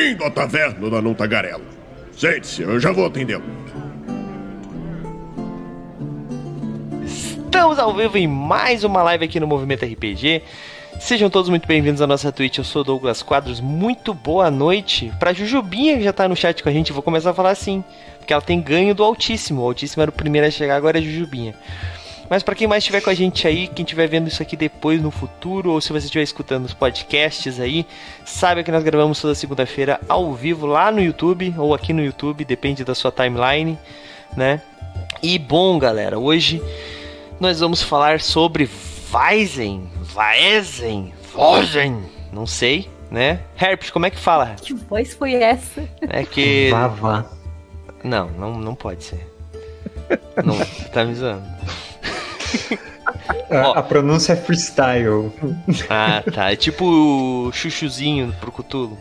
Bem-vindo à taverna da Não Tagarela. Sente-se, eu já vou atendê-lo. Estamos ao vivo em mais uma live aqui no Movimento RPG. Sejam todos muito bem-vindos à nossa Twitch. Eu sou o Douglas Quadros. Muito boa noite pra Jujubinha, que já tá no chat com a gente. Vou começar a falar assim, porque ela tem ganho do Altíssimo. O Altíssimo era o primeiro a chegar, agora é Jujubinha. Mas pra quem mais estiver com a gente aí, quem estiver vendo isso aqui depois no futuro, ou se você estiver escutando os podcasts aí, saiba que nós gravamos toda segunda-feira ao vivo lá no YouTube, ou aqui no YouTube, depende da sua timeline, né? E bom, galera, hoje nós vamos falar sobre Weizen, não sei, né? Herpes, como é que fala? Que voz foi essa? É que... Vavá. Não pode ser. Não, tá me zoando. A pronúncia é freestyle. Ah, tá. É tipo o chuchuzinho pro Cthulhu.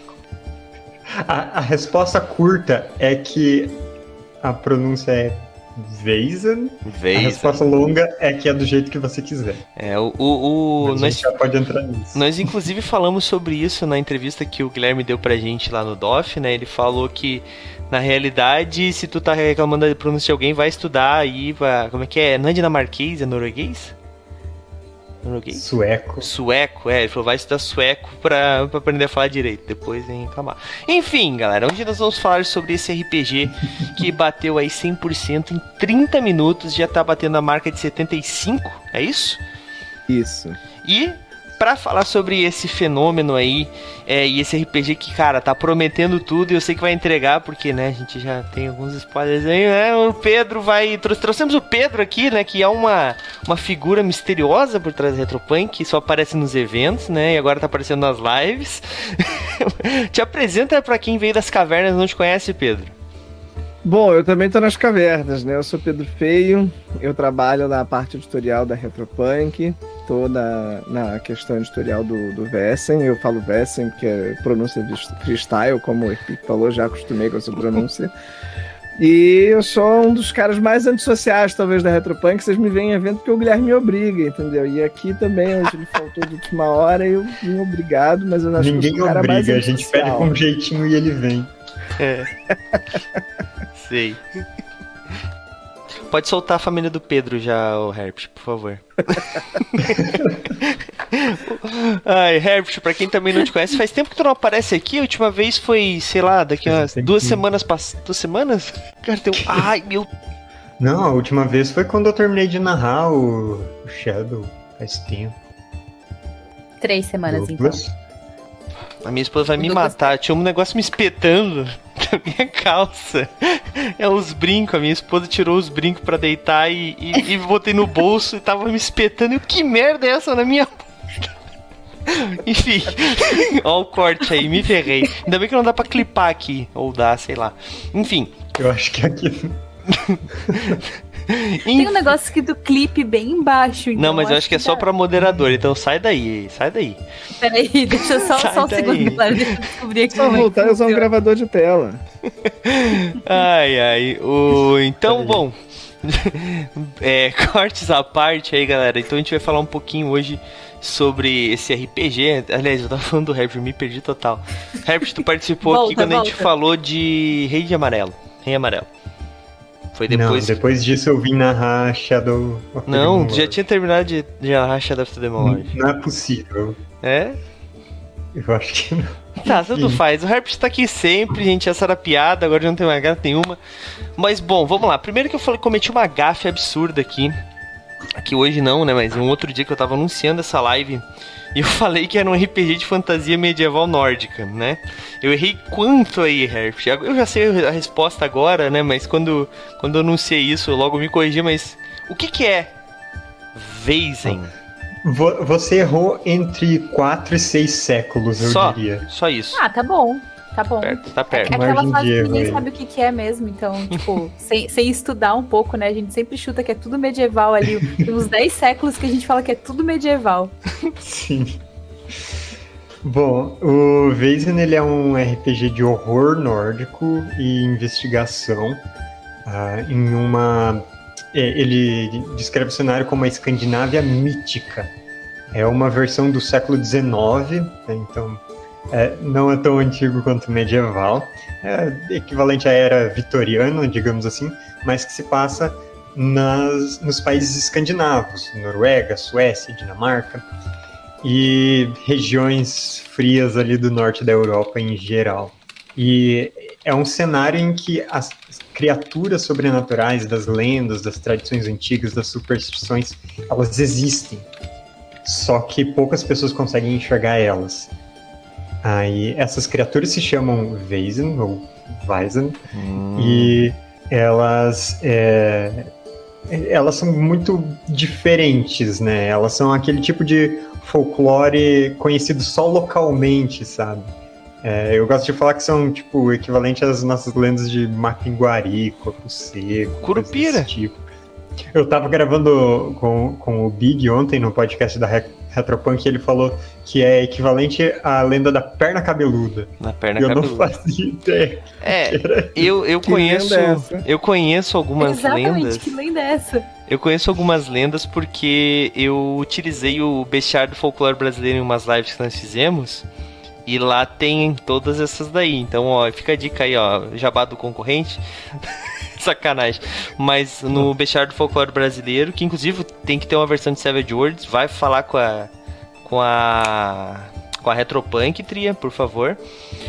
A resposta curta é que a pronúncia é Weizen. A resposta longa é que é do jeito que você quiser. Mas a gente já pode entrar nisso. Nós inclusive falamos sobre isso na entrevista que o Guilherme deu pra gente lá no DOF, né? Ele falou que na realidade, se tu tá reclamando da pronúncia de alguém, vai estudar aí, como é que é? Não é dinamarquês, é norueguês? Norueguês? Sueco, ele falou, vai estudar sueco pra aprender a falar direito, depois vem reclamar. Enfim, galera, hoje nós vamos falar sobre esse RPG que bateu aí 100% em 30 minutos, já tá batendo a marca de 75, é isso? Isso. E pra falar sobre esse fenômeno aí, e esse RPG que, cara, tá prometendo tudo, e eu sei que vai entregar, porque, né, a gente já tem alguns spoilers aí, né, o Pedro vai... Trouxemos o Pedro aqui, né, que é uma figura misteriosa por trás do Retropunk, que só aparece nos eventos, né, e agora tá aparecendo nas lives. Te apresenta pra quem veio das cavernas e não te conhece, Pedro. Bom, eu também tô nas cavernas, né? Eu sou Pedro Feio, eu trabalho na parte editorial da Retropunk, tô na questão editorial do Vessen, eu falo Vessen porque é pronúncia de freestyle, como o Epic falou, já acostumei com essa pronúncia. E eu sou um dos caras mais antissociais, talvez, da Retropunk, vocês me veem em evento porque o Guilherme me obriga, entendeu? E aqui também, hoje ele faltou de última hora, eu vim obrigado, mas eu acho que eu sou o cara mais antissocial. A gente pede com um jeitinho e ele vem. Sei. Pode soltar a família do Pedro já, o Herpes, por favor. Ai, Herpes, pra quem também não te conhece, faz tempo que tu não aparece aqui. A última vez foi, sei lá, daqui umas 2 semanas. 2 semanas? Cara, tem Ai, meu... Não, a última vez foi quando eu terminei de narrar o Shadow, faz tempo. 3 semanas, então. A minha esposa vai me matar. Tinha um negócio me espetando na minha calça. É os brincos. A minha esposa tirou os brincos pra deitar e botei no bolso e tava me espetando. E que merda é essa na minha bunda? Enfim. Ó o corte aí, me ferrei. Ainda bem que não dá pra clipar aqui. Ou dá, sei lá. Enfim. Eu acho que aqui... Tem um negócio aqui do clipe bem embaixo. Então não, mas eu acho que é só pra moderador, então sai daí. Peraí, deixa eu só um segundo, claro, deixa eu descobrir aqui. Só voltar a usar um gravador de tela. Ai. Então, bom, cortes à parte aí, galera. Então a gente vai falar um pouquinho hoje sobre esse RPG. Aliás, eu tava falando do Herbert, me perdi total. Herbert, tu participou aqui quando a gente falou de Rei Amarelo. Foi depois... Não, depois disso eu vim narrar Shadow of the Não, Demon já tinha terminado de narrar Shadow of the Demon Lord. Não é possível. É? Eu acho que não. Tá, tanto faz. O Herbert tá aqui sempre, gente, essa era piada, agora já não tem mais graça nenhuma. Mas, bom, vamos lá. Primeiro que eu cometi uma gafe absurda aqui. Aqui hoje não, né, mas um outro dia que eu tava anunciando essa live... E eu falei que era um RPG de fantasia medieval nórdica, né? Eu errei quanto aí, Herbert? Eu já sei a resposta agora, né? Mas quando eu anunciei isso, eu logo me corrigi, mas... O que é Weizen? Você errou entre 4 e 6 séculos, eu diria. Só isso. Ah, tá bom. Tá bom. Tá perto. É aquela fase que ninguém sabe o que é mesmo, então, tipo, sem estudar um pouco, né? A gente sempre chuta que é tudo medieval ali. Tem uns 10 séculos que a gente fala que é tudo medieval. Sim. Bom, o Weizen, ele é um RPG de horror nórdico e investigação em uma... ele descreve o cenário como uma Escandinávia mítica. É uma versão do século XIX, né? Então... Não é tão antigo quanto medieval. É equivalente à era vitoriana, digamos assim, mas que se passa nos países escandinavos, Noruega, Suécia, Dinamarca, e regiões frias ali do norte da Europa em geral. E é um cenário em que as criaturas sobrenaturais das lendas, das tradições antigas, das superstições, elas existem. Só que poucas pessoas conseguem enxergar elas. Aí essas criaturas se chamam Wesen ou Weisen, e elas são muito diferentes, né? Elas são aquele tipo de folclore conhecido só localmente, sabe? Eu gosto de falar que são, tipo, o equivalente às nossas lendas de Mapinguari, Corpo Seco, Curupira. Tipo. Eu tava gravando com o Big ontem no podcast da Retropunk e ele falou que é equivalente à lenda da perna cabeluda. Na perna eu cabeluda. Eu não fazia ideia. Eu conheço algumas Exatamente, lendas. que lenda é essa? Eu conheço algumas lendas porque eu utilizei o bestiário do folclore brasileiro em umas lives que nós fizemos. E lá tem todas essas daí. Então, ó, fica a dica aí, ó. Jabá do concorrente. Sacanagem. Mas no bestiário do folclore brasileiro, que inclusive tem que ter uma versão de Savage Worlds, vai falar com a Retropunk, Tria, por favor.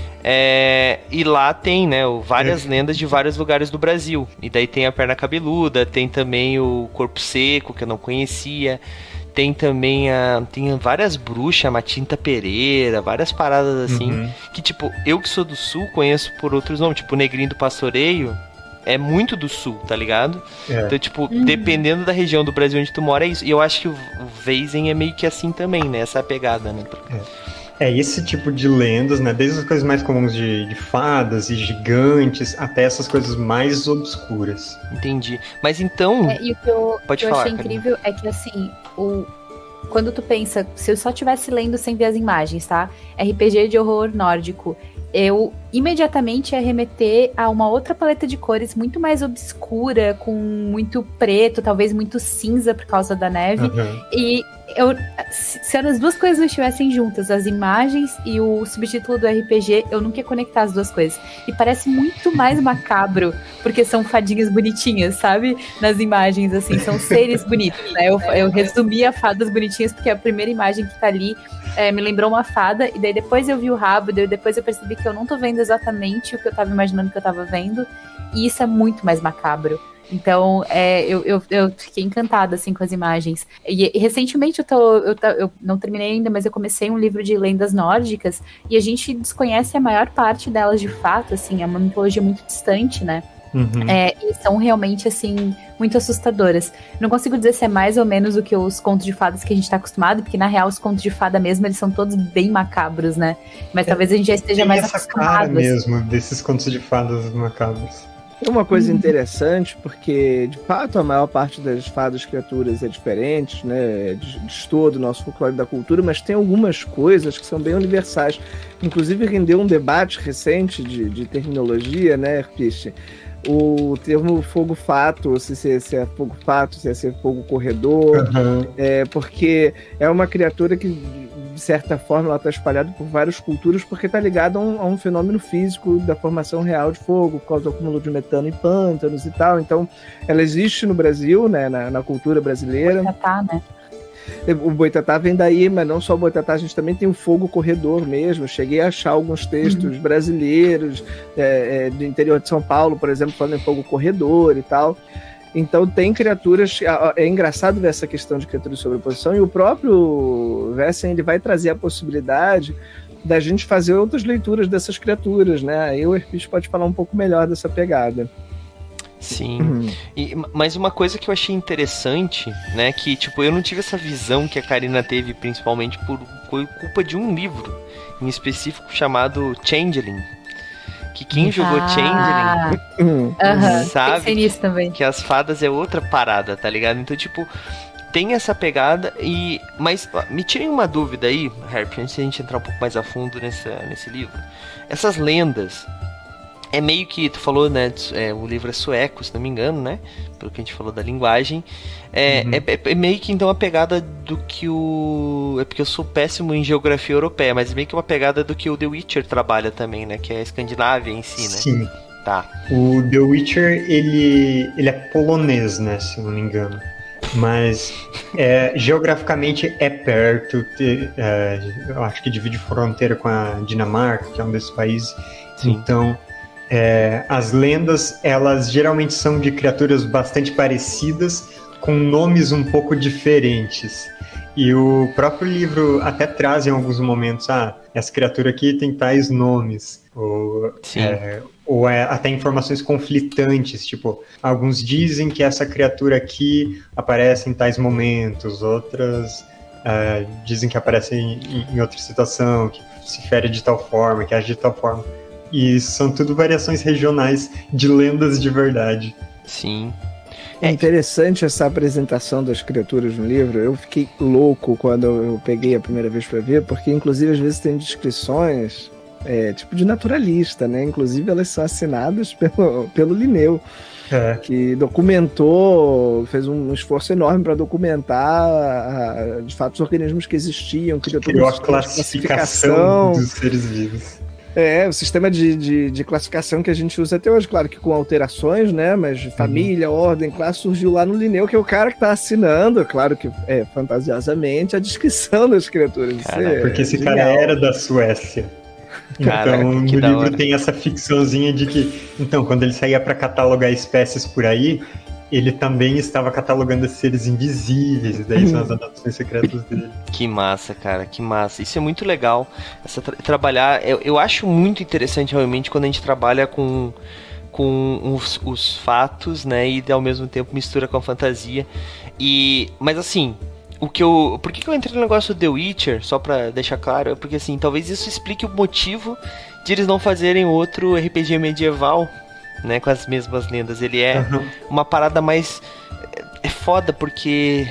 E lá tem, né, várias lendas de vários lugares do Brasil. E daí tem a perna cabeluda, tem também o corpo seco, que eu não conhecia. Tem também tem várias bruxas, Matinta Pereira, várias paradas assim. Que, tipo, eu que sou do sul conheço por outros nomes. Tipo, o Negrinho do Pastoreio é muito do sul, tá ligado? Então, tipo, dependendo da região do Brasil onde tu mora, é isso. E eu acho que o Wesen é meio que assim também, né? Essa pegada, né? Esse tipo de lendas, né? Desde as coisas mais comuns de fadas e gigantes, até essas coisas mais obscuras. Entendi. Mas então... E o que eu falar, achei incrível é que, assim, quando tu pensa, se eu só estivesse lendo sem ver as imagens, tá? RPG de horror nórdico, eu imediatamente ia remeter a uma outra paleta de cores muito mais obscura, com muito preto, talvez muito cinza por causa da neve. E se as duas coisas não estivessem juntas, as imagens e o subtítulo do RPG, eu nunca ia conectar as duas coisas. E parece muito mais macabro, porque são fadinhas bonitinhas, sabe? Nas imagens, assim, são seres bonitos, né? Eu resumi a fadas bonitinhas, porque a primeira imagem que tá ali me lembrou uma fada, e daí depois eu vi o rabo, depois eu percebi que eu não tô vendo exatamente o que eu tava imaginando que eu tava vendo, e isso é muito mais macabro. Então, eu fiquei encantada, assim, com as imagens. E recentemente eu não terminei ainda, mas eu comecei um livro de lendas nórdicas, e a gente desconhece a maior parte delas de fato, assim, é uma mitologia muito distante, né? E são realmente, assim, muito assustadoras. Não consigo dizer se é mais ou menos do que os contos de fadas que a gente tá acostumado, porque na real os contos de fada mesmo, eles são todos bem macabros, né? Mas talvez a gente já esteja mais acostumado. Cara mesmo, desses contos de fadas macabros. É uma coisa interessante, porque, de fato, a maior parte das fadas criaturas é diferente, né? De todo o nosso folclore da cultura, mas tem algumas coisas que são bem universais. Inclusive, rendeu um debate recente de terminologia, né, Christian? O termo fogo-fato, se é fogo-fato, se é ser fogo-corredor, porque é uma criatura que, de certa forma, ela está espalhada por várias culturas, porque está ligada a um fenômeno físico da formação real de fogo, por causa do acúmulo de metano em pântanos e tal. Então, ela existe no Brasil, né, na cultura brasileira. Boitatá, né? O boitatá vem daí, mas não só o boitatá, a gente também tem o fogo corredor mesmo. Eu cheguei a achar alguns textos brasileiros do interior de São Paulo, por exemplo, falando em fogo corredor e tal. Então tem criaturas... É engraçado ver essa questão de criaturas de sobreposição, e o próprio Wesen, ele vai trazer a possibilidade da gente fazer outras leituras dessas criaturas, né? Aí o Herpes pode falar um pouco melhor dessa pegada. Sim, mas uma coisa que eu achei interessante, né, que tipo, eu não tive essa visão que a Karina teve, principalmente por culpa de um livro em específico chamado Changeling, que quem jogou Changeling sabe nisso também. Que as fadas é outra parada, tá ligado? Então, tipo, tem essa pegada, mas me tirem uma dúvida aí, Herp, antes de a gente entrar um pouco mais a fundo nesse livro. Essas lendas, É meio que, tu falou, né, o livro é sueco, se não me engano, né, pelo que a gente falou da linguagem, é meio que então a pegada do que é porque eu sou péssimo em geografia europeia, mas é meio que uma pegada do que o The Witcher trabalha também, né, que é a Escandinávia em si, né? Sim. Tá. O The Witcher, ele é polonês, né, se eu não me engano. Mas geograficamente é perto, eu acho que divide fronteira com a Dinamarca, que é um desses países. Sim. Então, as lendas, elas geralmente são de criaturas bastante parecidas, com nomes um pouco diferentes. E o próprio livro até traz em alguns momentos, essa criatura aqui tem tais nomes, ou até informações conflitantes, tipo, alguns dizem que essa criatura aqui aparece em tais momentos, outras dizem que aparece em outra situação, que se fere de tal forma, que age de tal forma. E são tudo variações regionais de lendas de verdade. Sim. É interessante essa apresentação das criaturas no livro. Eu fiquei louco quando eu peguei a primeira vez para ver, porque inclusive às vezes tem descrições tipo de naturalista, né? Inclusive elas são assinadas pelo Linneu, que documentou, fez um esforço enorme para documentar de fato os organismos que existiam, criou a classificação dos seres vivos. O sistema de classificação que a gente usa até hoje, claro que com alterações, né? Mas família, ordem, classe, surgiu lá no Linneu, que é o cara que está assinando, claro que fantasiosamente, a descrição das criaturas. Porque esse cara era da Suécia. Caraca, então, no livro tem essa ficçãozinha de que, então, quando ele saía para catalogar espécies por aí, ele também estava catalogando esses seres invisíveis, daí são as anotações secretas dele. Que massa, cara, que massa. Isso é muito legal, trabalhar, eu acho muito interessante realmente quando a gente trabalha com os fatos, né, e ao mesmo tempo mistura com a fantasia. Mas assim, por que eu entrei no negócio do The Witcher, só pra deixar claro, é porque assim, talvez isso explique o motivo de eles não fazerem outro RPG medieval, né, com as mesmas lendas. Ele é uma parada mais... É foda porque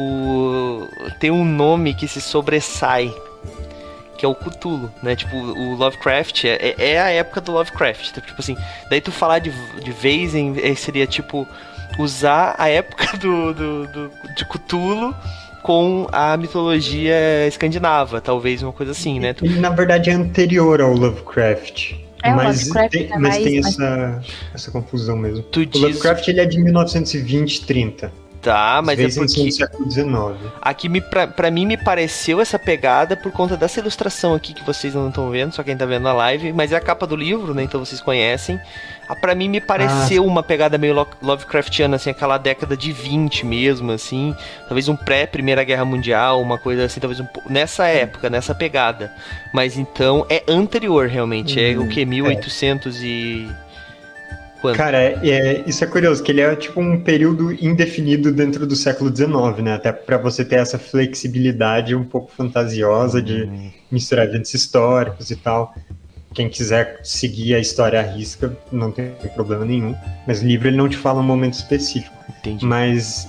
tem um nome que se sobressai, que é o Cthulhu, né? Tipo, o Lovecraft é a época do Lovecraft. Tipo assim, daí tu falar de Vaesen seria tipo usar a época de Cthulhu com a mitologia escandinava, talvez uma coisa assim, né? Ele, na verdade, é anterior ao Lovecraft. Mas tem essa confusão mesmo. O Lovecraft ele é de 1920, 30. Tá, mas é porque... do século XIX. Aqui, pra mim, me pareceu essa pegada por conta dessa ilustração aqui que vocês não estão vendo, só quem tá vendo na live, mas é a capa do livro, né, então vocês conhecem. Pra mim, me pareceu uma pegada meio Lovecraftiana, assim, aquela década de 20 mesmo, assim, talvez um pré-Primeira Guerra Mundial, uma coisa assim, talvez nessa época, nessa pegada. Mas então, é anterior, realmente, é o que, 1800 e... Quando? Cara, isso é curioso, que ele é tipo um período indefinido dentro do século XIX, né? Até pra você ter essa flexibilidade um pouco fantasiosa de misturar eventos históricos e tal. Quem quiser seguir a história à risca, não tem problema nenhum. Mas o livro ele não te fala um momento específico. Entendi. Mas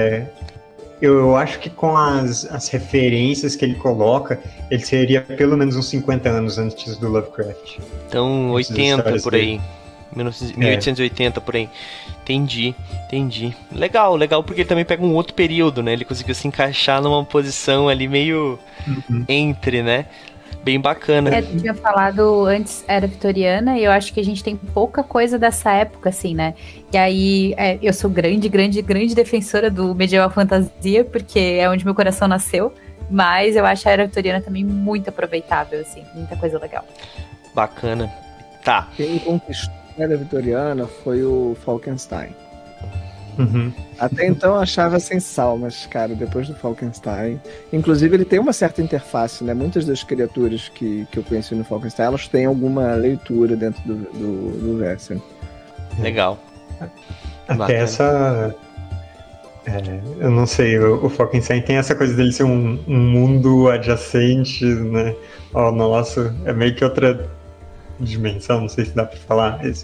eu acho que com as referências que ele coloca, ele seria pelo menos uns 50 anos antes do Lovecraft. Então, 80 por aí. 1880 por aí. Entendi. Legal, porque ele também pega um outro período, né? Ele conseguiu se encaixar numa posição ali meio entre, né? Bem bacana. Eu tinha falado antes, era vitoriana, e eu acho que a gente tem pouca coisa dessa época, assim, né? E aí, eu sou grande defensora do medieval fantasia, porque é onde meu coração nasceu, mas eu acho a era vitoriana também muito aproveitável, assim, muita coisa legal. Bacana. Tá. Quem conquistou a era vitoriana foi o Falkenstein. Até então eu achava sem sal, mas, cara, depois do Falkenstein... Inclusive, ele tem uma certa interface, né? Muitas das criaturas que eu conheci no Falkenstein, elas têm alguma leitura dentro do Vaesen. Legal. Até essa... eu não sei, o Falkenstein tem essa coisa dele ser um mundo adjacente, né? Ao nosso, é meio que outra dimensão, não sei se dá pra falar isso.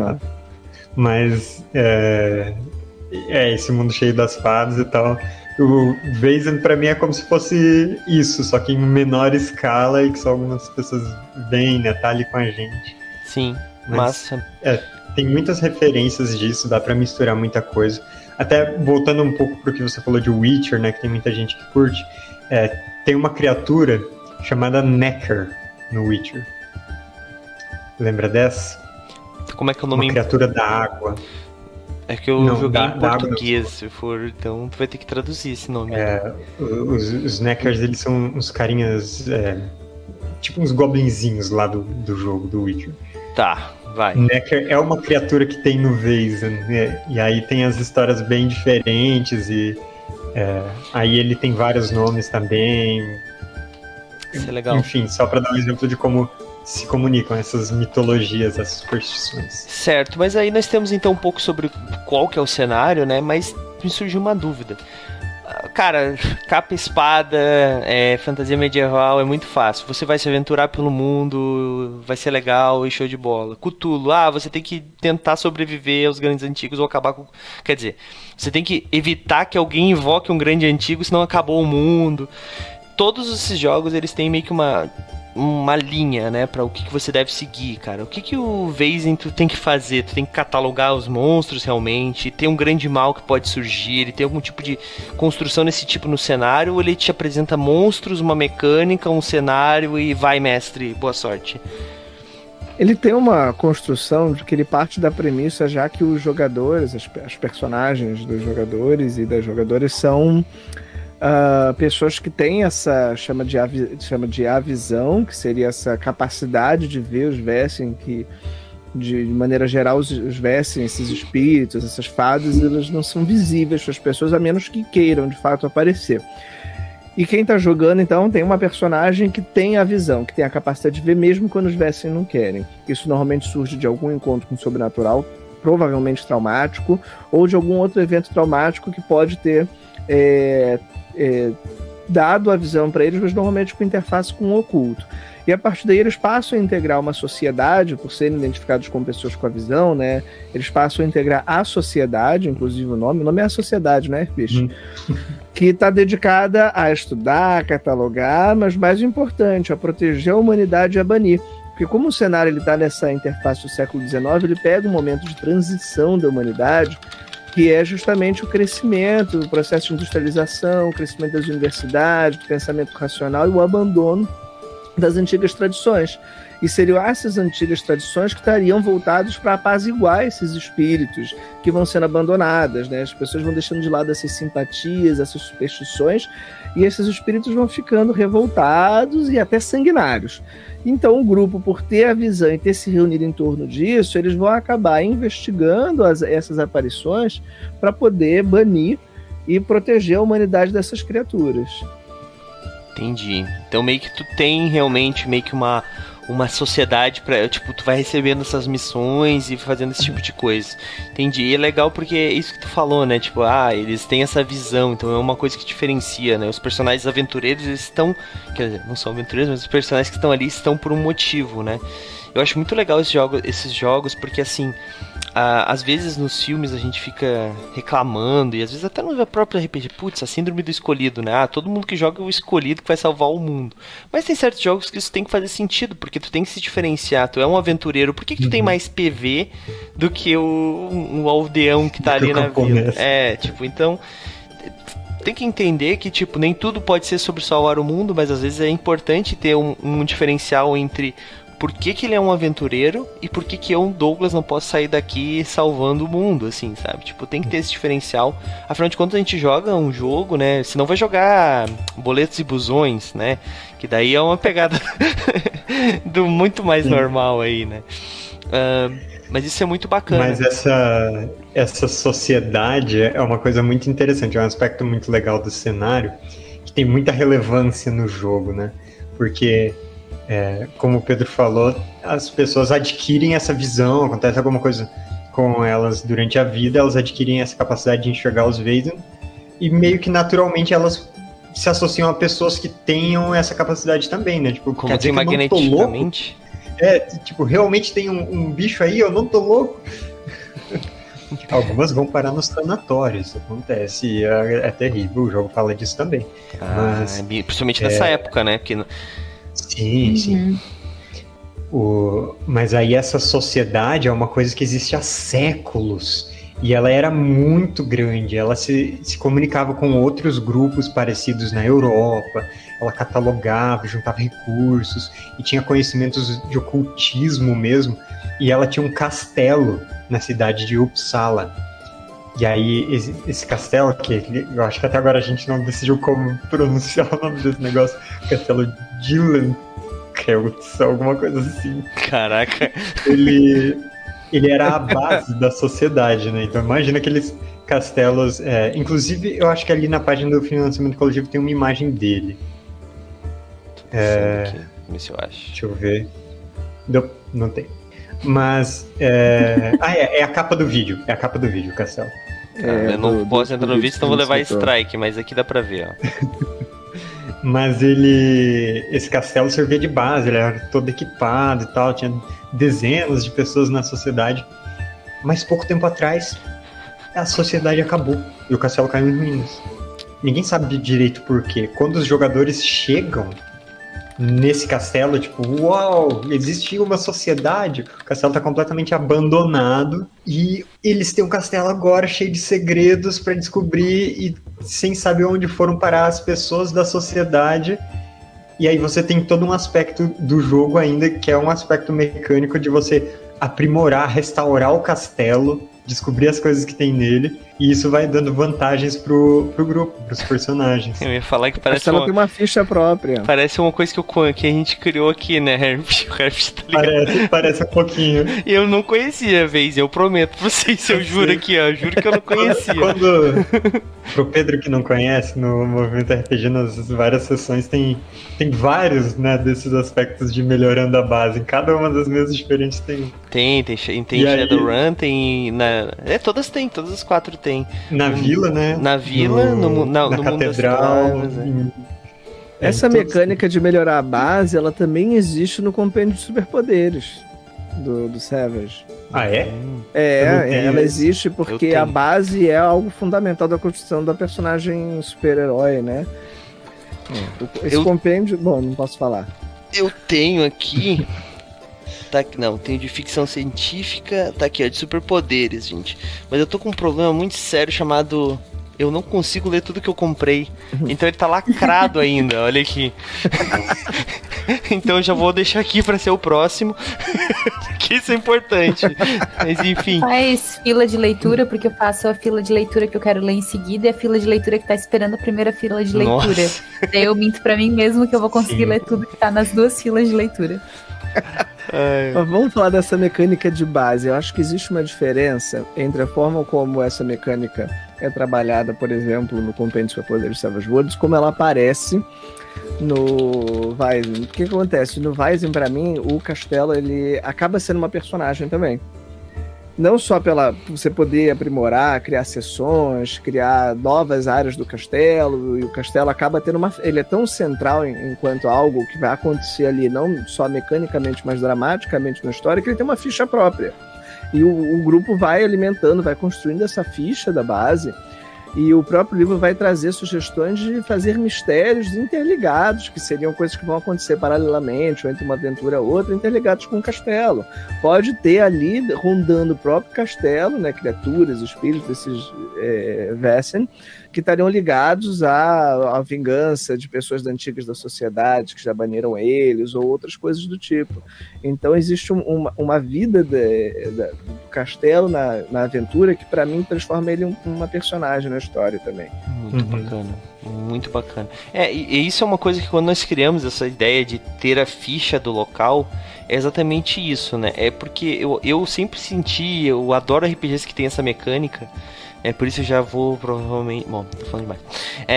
Mas esse mundo cheio das fadas e tal. O Vaesen pra mim é como se fosse isso, só que em menor escala e que só algumas pessoas veem, né? Tá ali com a gente. Sim. Mas, Massa. tem muitas referências disso, dá pra misturar muita coisa. Até voltando um pouco pro que você falou de Witcher, né, que tem muita gente que curte, tem uma criatura chamada Necker no Witcher. Lembra dessa? Como é que é o nome? Uma criatura da água. É que eu Não, joguei da em água português, se for, então tu vai ter que traduzir esse nome. Os Neckers, eles são uns carinhas, tipo uns goblinzinhos lá do jogo, do Witcher. Tá, vai. Necker é uma criatura que tem no Vezan, né? E aí tem as histórias bem diferentes, e aí ele tem vários nomes também. Isso é legal. Enfim, só pra dar um exemplo de como se comunicam essas mitologias, essas superstições. Certo, mas aí nós temos então um pouco sobre qual que é o cenário, né? Mas me surgiu uma dúvida. Cara, capa e espada, fantasia medieval, é muito fácil. Você vai se aventurar pelo mundo, vai ser legal e show de bola. Cthulhu, você tem que tentar sobreviver aos grandes antigos ou acabar com... Quer dizer, você tem que evitar que alguém invoque um grande antigo, senão acabou o mundo. Todos esses jogos, eles têm meio que uma linha, né, para o que você deve seguir, cara. O que o Vezin tu tem que fazer? Tu tem que catalogar os monstros realmente, tem um grande mal que pode surgir, ele tem algum tipo de construção desse tipo no cenário, ou ele te apresenta monstros, uma mecânica, um cenário e vai, mestre, boa sorte. Ele tem uma construção de que ele parte da premissa já que os jogadores, as personagens dos jogadores e das jogadoras são pessoas que têm essa chama de avisão, que seria essa capacidade de ver os Vessem, que de maneira geral os Vessem, esses espíritos, essas fadas, elas não são visíveis para as pessoas a menos que queiram de fato aparecer. E quem está jogando então tem uma personagem que tem a visão, que tem a capacidade de ver mesmo quando os Vessem não querem. Isso normalmente surge de algum encontro com o sobrenatural, provavelmente traumático, ou de algum outro evento traumático que pode ter dado a visão para eles, mas normalmente com interface com o oculto. E a partir daí eles passam a integrar uma sociedade, por serem identificados como pessoas com a visão, né? Eles passam a integrar a sociedade, inclusive o nome é a sociedade, né, bicho? Que está dedicada a estudar, a catalogar, mas mais importante, a proteger a humanidade e a banir. Porque como o cenário está nessa interface do século XIX, ele pega um momento de transição da humanidade, que é justamente o crescimento, o processo de industrialização, o crescimento das universidades, do pensamento racional e o abandono das antigas tradições. E seriam essas antigas tradições que estariam voltadas para apaziguar esses espíritos que vão sendo abandonadas, né? As pessoas vão deixando de lado essas simpatias, essas superstições, e esses espíritos vão ficando revoltados e até sanguinários. Então o grupo, por ter a visão e ter se reunido em torno disso, eles vão acabar investigando essas aparições para poder banir e proteger a humanidade dessas criaturas. Entendi. Então meio que tu tem realmente meio que uma sociedade pra, tipo, tu vai recebendo essas missões e fazendo esse tipo de coisa. Entendi. E é legal porque é isso que tu falou, né? Tipo, eles têm essa visão, então é uma coisa que diferencia, né? Os personagens aventureiros, eles estão, quer dizer, não são aventureiros, mas os personagens que estão ali estão por um motivo, né? Eu acho muito legal esses jogos porque, assim, às vezes nos filmes a gente fica reclamando, e às vezes até no próprio RPG, putz, a síndrome do escolhido, né? Todo mundo que joga é o escolhido que vai salvar o mundo. Mas tem certos jogos que isso tem que fazer sentido, porque tu tem que se diferenciar, tu é um aventureiro, por que tu tem mais PV do que um aldeão que tá ali na vila? Então tem que entender que, tipo, nem tudo pode ser sobre salvar o mundo, mas às vezes é importante ter um diferencial entre por que ele é um aventureiro e por que eu, Douglas, não posso sair daqui salvando o mundo, assim, sabe? Tipo, tem que ter esse diferencial. Afinal de contas, a gente joga um jogo, né? Senão vai jogar Boletos e Busões, né? Que daí é uma pegada do muito mais normal aí, né? Mas isso é muito bacana. Mas essa sociedade é uma coisa muito interessante, é um aspecto muito legal do cenário, que tem muita relevância no jogo, né? Porque... como o Pedro falou, as pessoas adquirem essa visão, acontece alguma coisa com elas durante a vida, elas adquirem essa capacidade de enxergar os Vezin, e meio que naturalmente elas se associam a pessoas que tenham essa capacidade também, né? Tipo, como assim, magneticamente? Tipo, realmente tem um bicho aí, eu não tô louco. Algumas vão parar nos sanatórios, isso acontece, é terrível, o jogo fala disso também. Principalmente nessa época, né? Porque... Sim. Mas aí essa sociedade é uma coisa que existe há séculos. E ela era muito grande, ela se comunicava com outros grupos parecidos na Europa, ela catalogava, juntava recursos e tinha conhecimentos de ocultismo mesmo. E ela tinha um castelo na cidade de Uppsala. E aí, esse castelo, que eu acho que até agora a gente não decidiu como pronunciar o nome desse negócio, Castelo Gyllenkreuts, alguma coisa assim. Caraca. Ele era a base da sociedade, né? Então imagina aqueles castelos. Inclusive, eu acho que ali na página do Financiamento Coletivo tem uma imagem dele. Vamos ver se eu acho. Deixa eu ver. Não tem. Mas. É a capa do vídeo. É a capa do vídeo, o castelo. Eu não posso entrar no vídeo, senão vou levar strike, mas aqui dá pra ver, ó. Mas esse castelo servia de base, ele era todo equipado e tal, tinha dezenas de pessoas na sociedade. Mas pouco tempo atrás, a sociedade acabou e o castelo caiu em ruínas. Ninguém sabe direito por quê. Quando os jogadores chegam nesse castelo, tipo, uau, existe uma sociedade, o castelo tá completamente abandonado e eles têm um castelo agora cheio de segredos para descobrir e sem saber onde foram parar as pessoas da sociedade. E aí você tem todo um aspecto do jogo ainda, que é um aspecto mecânico de você aprimorar, restaurar o castelo, descobrir as coisas que tem nele, e isso vai dando vantagens pro grupo, pros personagens. Eu ia falar que parece tem uma ficha própria. Parece uma coisa que a gente criou aqui, né, Herbst? O Herbst tá ligado? Parece um pouquinho. Eu não conhecia, vez, eu prometo pra vocês, eu juro aqui, ó, juro que eu não conhecia. Pro Pedro que não conhece, no Movimento RPG, nas várias sessões, tem vários, né, desses aspectos de melhorando a base. Em cada uma das mesas diferentes tem. Tem Shadowrun, tem... todas as 4 tem. Na vila, né? Na vila, na no catedral. Mundo das Trevas, Essa mecânica de melhorar a base, ela também existe no compêndio de superpoderes do Savage. Ah, é? Ela existe porque a base é algo fundamental da construção da personagem super-herói, né? Esse compêndio... Bom, não posso falar. Eu tenho aqui... tenho de ficção científica, tá aqui, ó, de superpoderes, gente. Mas eu tô com um problema muito sério chamado... Eu não consigo ler tudo que eu comprei. Então ele tá lacrado ainda, olha aqui. Então eu já vou deixar aqui pra ser o próximo. Que isso é importante. Mas enfim. Faz fila de leitura, porque eu faço a fila de leitura que eu quero ler em seguida e a fila de leitura que tá esperando a primeira fila de leitura. Nossa. Daí eu minto pra mim mesmo que eu vou conseguir ler tudo que tá nas 2 filas de leitura. Mas vamos falar dessa mecânica de base. Eu acho que existe uma diferença entre a forma como essa mecânica é trabalhada, por exemplo, no Compêndio de Superpoderes Savage Worlds, como ela aparece no Weizen. O que acontece? No Weizen, pra mim, o castelo ele acaba sendo uma personagem também. Não só pela você poder aprimorar, criar seções, criar novas áreas do castelo, e o castelo acaba tendo ele é tão central enquanto algo que vai acontecer ali, não só mecanicamente, mas dramaticamente na história, que ele tem uma ficha própria. E o grupo vai alimentando, vai construindo essa ficha da base, e o próprio livro vai trazer sugestões de fazer mistérios interligados, que seriam coisas que vão acontecer paralelamente, ou entre uma aventura ou outra, interligados com o castelo. Pode ter ali, rondando o próprio castelo, né, criaturas, espíritos desses Vessen, que estariam ligados à vingança de pessoas antigas da sociedade que já baniram eles, ou outras coisas do tipo. Então existe uma vida do castelo na aventura que para mim transforma ele em uma personagem na história também. Muito bacana, muito bacana. E isso é uma coisa que quando nós criamos essa ideia de ter a ficha do local, é exatamente isso, né? É porque eu sempre senti, eu adoro RPGs que tem essa mecânica. Por isso eu já vou provavelmente... Bom, tô falando demais.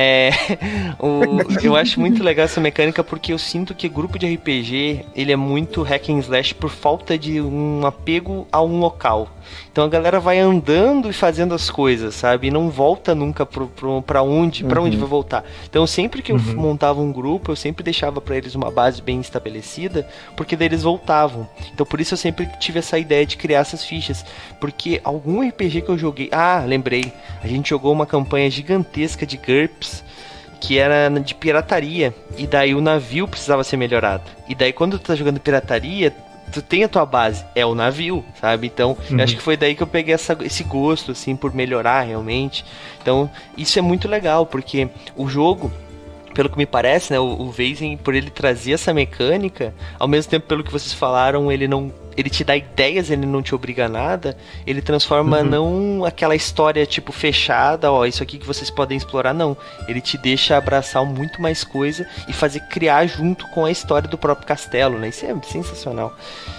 Eu acho muito legal essa mecânica porque eu sinto que grupo de RPG, ele é muito hack and slash por falta de um apego a um local. Então a galera vai andando e fazendo as coisas, sabe? E não volta nunca pra onde vai voltar. Então sempre que eu montava um grupo, eu sempre deixava pra eles uma base bem estabelecida, porque daí eles voltavam. Então por isso eu sempre tive essa ideia de criar essas fichas. Porque algum RPG que eu joguei... lembrei. A gente jogou uma campanha gigantesca de GURPS, que era de pirataria. E daí o navio precisava ser melhorado. E daí quando tu tá jogando pirataria... tu tem a tua base, é o navio, sabe? Então, eu acho que foi daí que eu peguei esse gosto, assim, por melhorar realmente. Então, isso é muito legal, porque o jogo, pelo que me parece, né, o Weizen, por ele trazer essa mecânica, ao mesmo tempo, pelo que vocês falaram, ele te dá ideias, ele não te obriga a nada, ele transforma não aquela história, tipo, fechada, ó, isso aqui que vocês podem explorar, não. Ele te deixa abraçar muito mais coisa e criar junto com a história do próprio castelo, né? Isso é sensacional.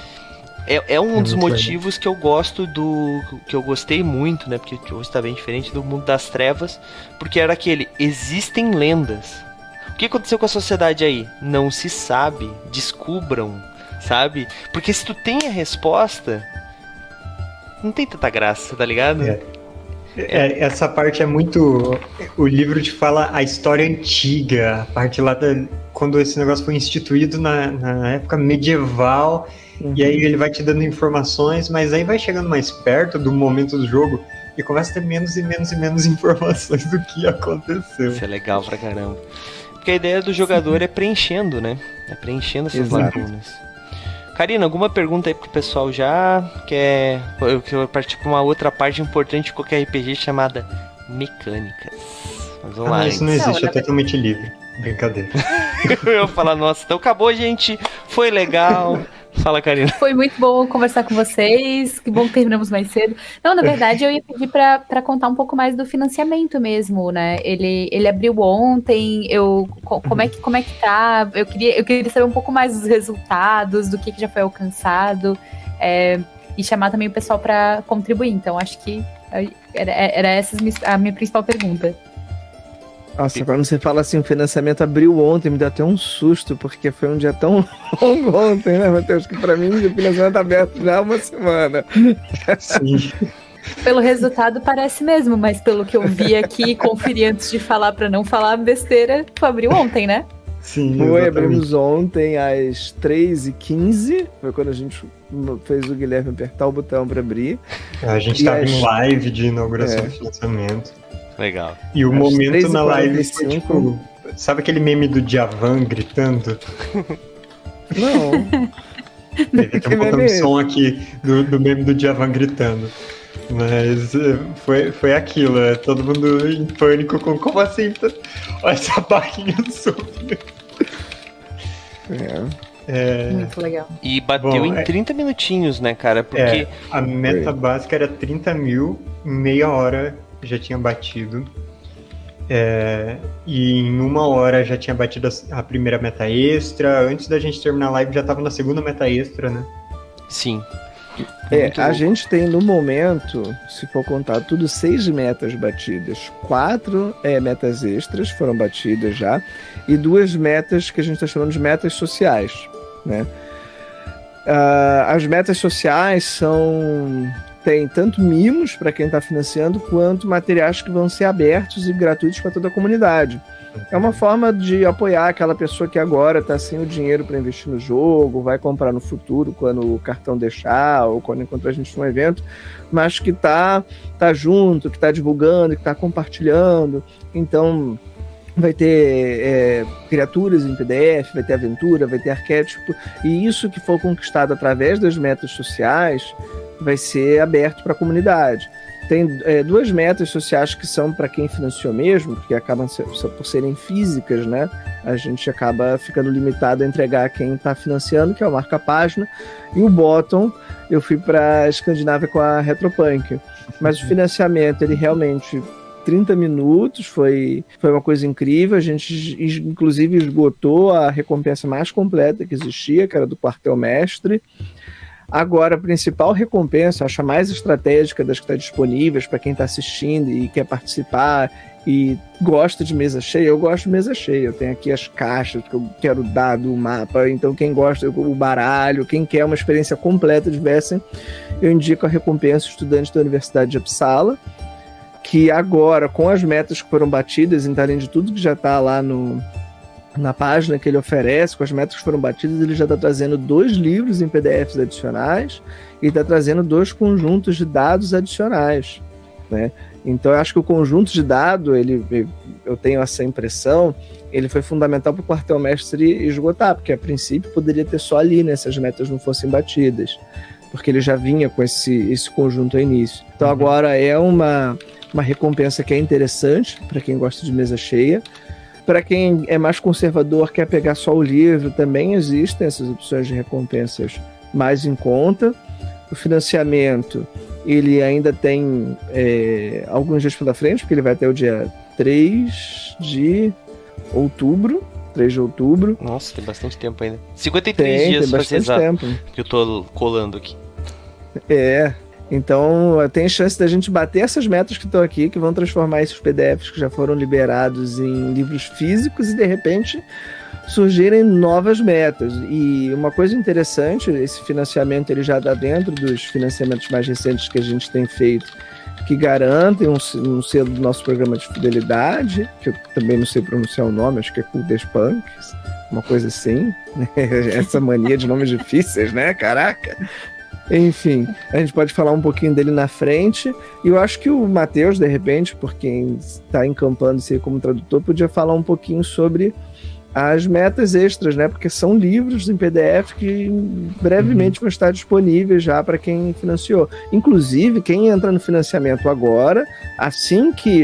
É um dos motivos que eu gosto que eu gostei muito, né? Porque hoje está bem diferente do Mundo das Trevas, porque era existem lendas. O que aconteceu com a sociedade aí? Não se sabe. Descubram, sabe? Porque se tu tem a resposta, não tem tanta graça, tá ligado? Essa parte é muito... O livro te fala a história antiga, a parte lá quando esse negócio foi instituído na época medieval, e aí ele vai te dando informações, mas aí vai chegando mais perto do momento do jogo e começa a ter menos e menos e menos informações do que aconteceu. Isso é legal pra caramba. Porque a ideia do jogador é preenchendo, né? É preenchendo essas lacunas. Karina, alguma pergunta aí pro pessoal já? Eu quero partir pra uma outra parte importante de qualquer RPG chamada mecânicas. Mas vamos lá. Isso não existe, é totalmente livre. Brincadeira. Eu ia falar, nossa, então acabou, gente. Foi legal. Fala, Karina. Foi muito bom conversar com vocês. Que bom que terminamos mais cedo. Não, na verdade, eu ia pedir para contar um pouco mais do financiamento mesmo, né? Ele abriu ontem. Como é que tá? Eu queria saber um pouco mais dos resultados, do que já foi alcançado, e chamar também o pessoal para contribuir. Então, acho que era essa a minha principal pergunta. Nossa, quando você fala assim, o financiamento abriu ontem, me deu até um susto, porque foi um dia tão longo ontem, né, Matheus? Que pra mim o financiamento tá aberto já há uma semana. Sim. Pelo resultado parece mesmo, mas pelo que eu vi aqui, conferi antes de falar pra não falar besteira, abriu ontem, né? Sim, foi, abrimos ontem às 3h15, foi quando a gente fez o Guilherme apertar o botão pra abrir. A gente tava em live de inauguração do financiamento. Legal. E o momento na live foi tipo... Sabe aquele meme do Djavan gritando? Não. Tem um pouco de som aqui do meme do Djavan gritando. Mas foi aquilo, todo mundo em pânico com como assim? Olha essa barrinha sobre. Muito legal. E bateu em 30 minutinhos, né, cara? Porque a meta básica era 30 mil, em meia hora já tinha batido. E em 1 hora já tinha batido a primeira meta extra. Antes da gente terminar a live já tava na segunda meta extra, né? Sim. A gente tem no momento, se for contar tudo, 6 metas batidas. 4 metas extras foram batidas já. E 2 metas que a gente está chamando de metas sociais, né? As metas sociais tem tanto mimos para quem está financiando, quanto materiais que vão ser abertos e gratuitos para toda a comunidade. É uma forma de apoiar aquela pessoa que agora está sem o dinheiro para investir no jogo, vai comprar no futuro quando o cartão deixar, ou quando encontrar a gente num evento, mas que tá junto, que está divulgando, que está compartilhando. Então vai ter criaturas em PDF, vai ter aventura, vai ter arquétipo, e isso que for conquistado através das metas sociais vai ser aberto para a comunidade. Tem 2 metas sociais que são para quem financiou mesmo, porque acabam por serem físicas, né? A gente acaba ficando limitado a entregar a quem está financiando, que é o marca-página, e o bottom eu fui para a Escandinávia com a Retropunk. Mas o financiamento, ele realmente 30 minutos, foi uma coisa incrível. A gente inclusive esgotou a recompensa mais completa que existia, que era do quartel-mestre. Agora, a principal recompensa, acho a mais estratégica das que está disponíveis para quem está assistindo e quer participar e gosta de mesa cheia. Eu gosto de mesa cheia, eu tenho aqui as caixas que eu quero dar do mapa, então quem gosta, o baralho, quem quer uma experiência completa de Vessen, eu indico a recompensa Estudante da Universidade de Uppsala, que agora, com as metas que foram batidas, então, além de tudo que já está lá na página que ele oferece, com as metas que foram batidas, ele já está trazendo 2 livros em PDFs adicionais e está trazendo 2 conjuntos de dados adicionais, né? Então eu acho que o conjunto de dado, eu tenho essa impressão, ele foi fundamental para o quartel-mestre esgotar, porque a princípio poderia ter só ali, né, se as metas não fossem batidas, porque ele já vinha com esse conjunto ao início. Então agora é uma recompensa que é interessante para quem gosta de mesa cheia. Para quem é mais conservador, quer pegar só o livro, também existem essas opções de recompensas mais em conta. O financiamento, ele ainda tem alguns dias pela frente, porque ele vai até o dia 3 de outubro. Nossa, tem bastante tempo ainda. 53 dias, tem bastante tempo. Que eu tô colando aqui. Então tem chance da gente bater essas metas que estão aqui, que vão transformar esses PDFs que já foram liberados em livros físicos e de repente surgirem novas metas. E uma coisa interessante, esse financiamento ele já dá dentro dos financiamentos mais recentes que a gente tem feito, que garantem um selo do nosso programa de fidelidade, que eu também não sei pronunciar o nome, acho que é Cultes Punks, uma coisa assim, né? Essa mania de nomes difíceis, né? Caraca! Enfim, a gente pode falar um pouquinho dele na frente, e eu acho que o Matheus, de repente, por quem está encampando-se como tradutor, podia falar um pouquinho sobre as metas extras, né? Porque são livros em PDF que brevemente vão estar disponíveis já para quem financiou. Inclusive, quem entra no financiamento agora, assim que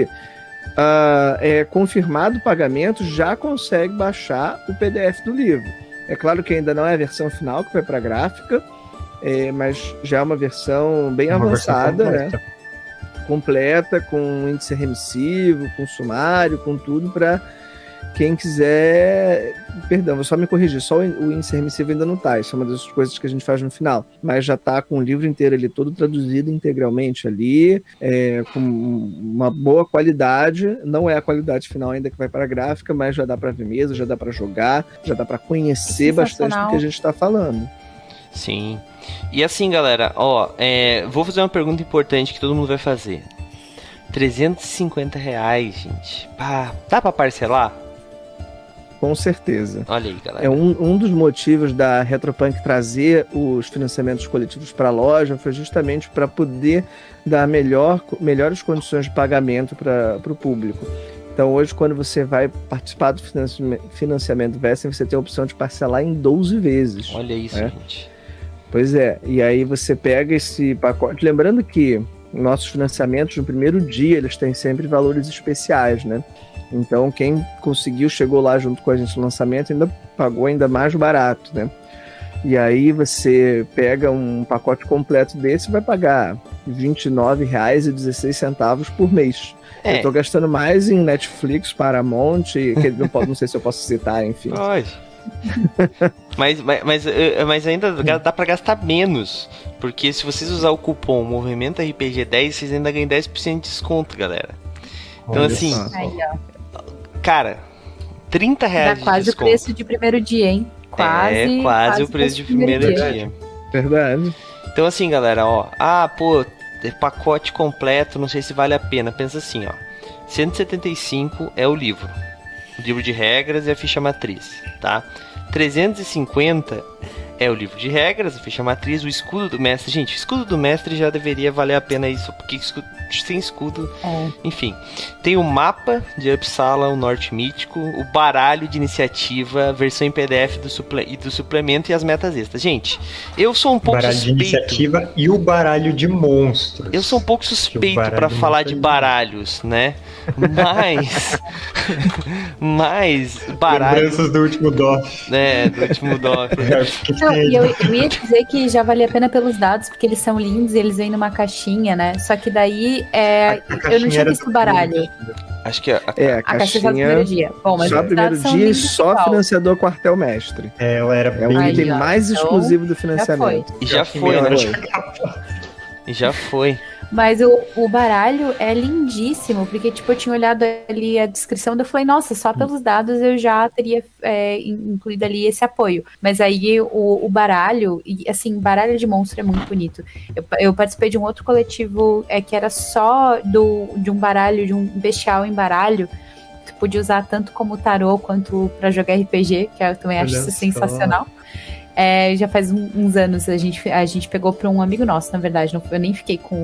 é confirmado o pagamento, já consegue baixar o PDF do livro. É claro que ainda não é a versão final que vai para a gráfica, mas já é uma versão bem avançada, né? Completa, com índice remissivo, com sumário, com tudo para quem quiser. Perdão, vou só me corrigir, só o índice remissivo ainda não está, isso é uma das coisas que a gente faz no final, mas já está com o livro inteiro ali todo traduzido integralmente ali, com uma boa qualidade. Não é a qualidade final ainda que vai para a gráfica, mas já dá para ver mesa, já dá para jogar, já dá para conhecer bastante do que a gente está falando. Sim. E assim, galera, vou fazer uma pergunta importante que todo mundo vai fazer. R$350, gente. Dá pra parcelar? Com certeza. Olha aí, galera. É um dos motivos da Retropunk trazer os financiamentos coletivos para a loja, foi justamente para poder dar melhores condições de pagamento para o público. Então hoje, quando você vai participar do financiamento Vessen, você tem a opção de parcelar em 12 vezes. Olha isso, gente. Pois é, e aí você pega esse pacote, lembrando que nossos financiamentos no primeiro dia, eles têm sempre valores especiais, né? Então quem conseguiu, chegou lá junto com a gente no lançamento, ainda pagou ainda mais barato, né? E aí você pega um pacote completo desse e vai pagar R$29,16 por mês. Eu tô gastando mais em Netflix, Paramount, que não sei se eu posso citar, enfim. Pode. mas ainda dá pra gastar menos, porque se vocês usar o cupom Movimento RPG 10, vocês ainda ganham 10% de desconto, galera. Então assim, cara, R$30 dá quase de o preço de primeiro dia, hein? Quase o preço de primeiro dia. Verdade. Então assim, galera, pacote completo, não sei se vale a pena. Pensa assim, R$175 é o livro de regras e a ficha matriz, tá? R$350 é o livro de regras, a ficha matriz, o escudo do mestre. Gente, o escudo do mestre já deveria valer a pena isso, porque sem escudo, enfim. Tem o mapa de Uppsala, o Norte Mítico, o baralho de iniciativa, a versão em PDF do suplemento e as metas extras. Gente, eu sou um pouco suspeito. Baralho de iniciativa e o baralho de monstros. Eu sou um pouco suspeito para falar de baralhos, né? Mas baralho... Lembranças do último DOF. Do último DOF. Eu ia dizer que já valia a pena pelos dados, porque eles são lindos e eles vêm numa caixinha, né? Só que daí eu não tinha visto o baralho. Acho que a caixinha só no primeiro dia. Bom, mas só no primeiro dia e só financiador quartel-mestre. Ela era o item mais exclusivo do financiamento. Já foi, né? E já foi. Mas o baralho é lindíssimo, porque, tipo, eu tinha olhado ali a descrição e eu falei, nossa, só pelos dados eu já teria incluído ali esse apoio. Mas aí o baralho, e assim, baralho de monstro é muito bonito. Eu participei de um outro coletivo que era só de um baralho, de um bestial em baralho. Tu podia usar tanto como tarô quanto pra jogar RPG, que eu também acho isso sensacional. Já faz uns anos a gente pegou pra um amigo nosso, na verdade, eu nem fiquei com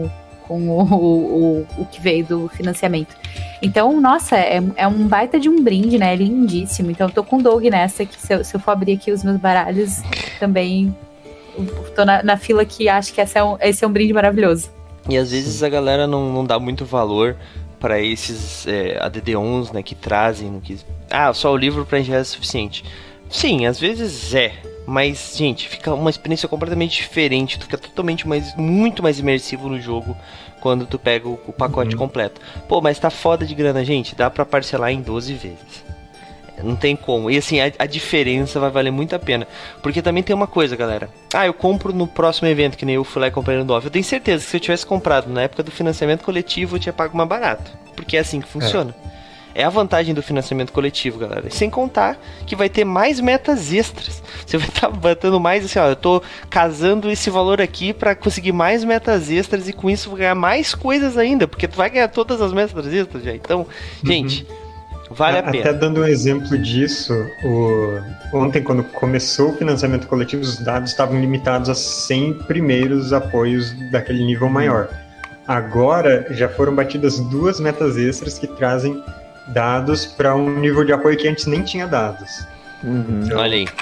com o que veio do financiamento. Então, nossa, é um baita de um brinde, né? É lindíssimo. Então, eu tô com o Doug nessa, que se eu for abrir aqui os meus baralhos, também tô na fila que acho que esse é um brinde maravilhoso. E às vezes a galera não dá muito valor para esses ADD11, né, que trazem, só o livro pra gente é suficiente. Sim, às vezes mas, gente, fica uma experiência completamente diferente, tu fica totalmente muito mais imersivo no jogo quando tu pega o pacote completo. Pô, mas tá foda de grana, gente, dá pra parcelar em 12 vezes. Não tem como. E assim, a diferença vai valer muito a pena. Porque também tem uma coisa, galera. Eu compro no próximo evento, que nem eu fui lá e comprei no DOF. Eu tenho certeza que se eu tivesse comprado na época do financiamento coletivo, eu tinha pago mais barato. Porque é assim que funciona. É a vantagem do financiamento coletivo, galera. Sem contar que vai ter mais metas extras. Você vai estar batendo mais assim, eu tô casando esse valor aqui pra conseguir mais metas extras e com isso vou ganhar mais coisas ainda, porque tu vai ganhar todas as metas extras já. Então, gente, vale a pena. Até dando um exemplo disso, ontem quando começou o financiamento coletivo, os dados estavam limitados a 100 primeiros apoios daquele nível maior. Agora já foram batidas 2 metas extras que trazem dados para um nível de apoio que antes nem tinha dados. Então, olha aí.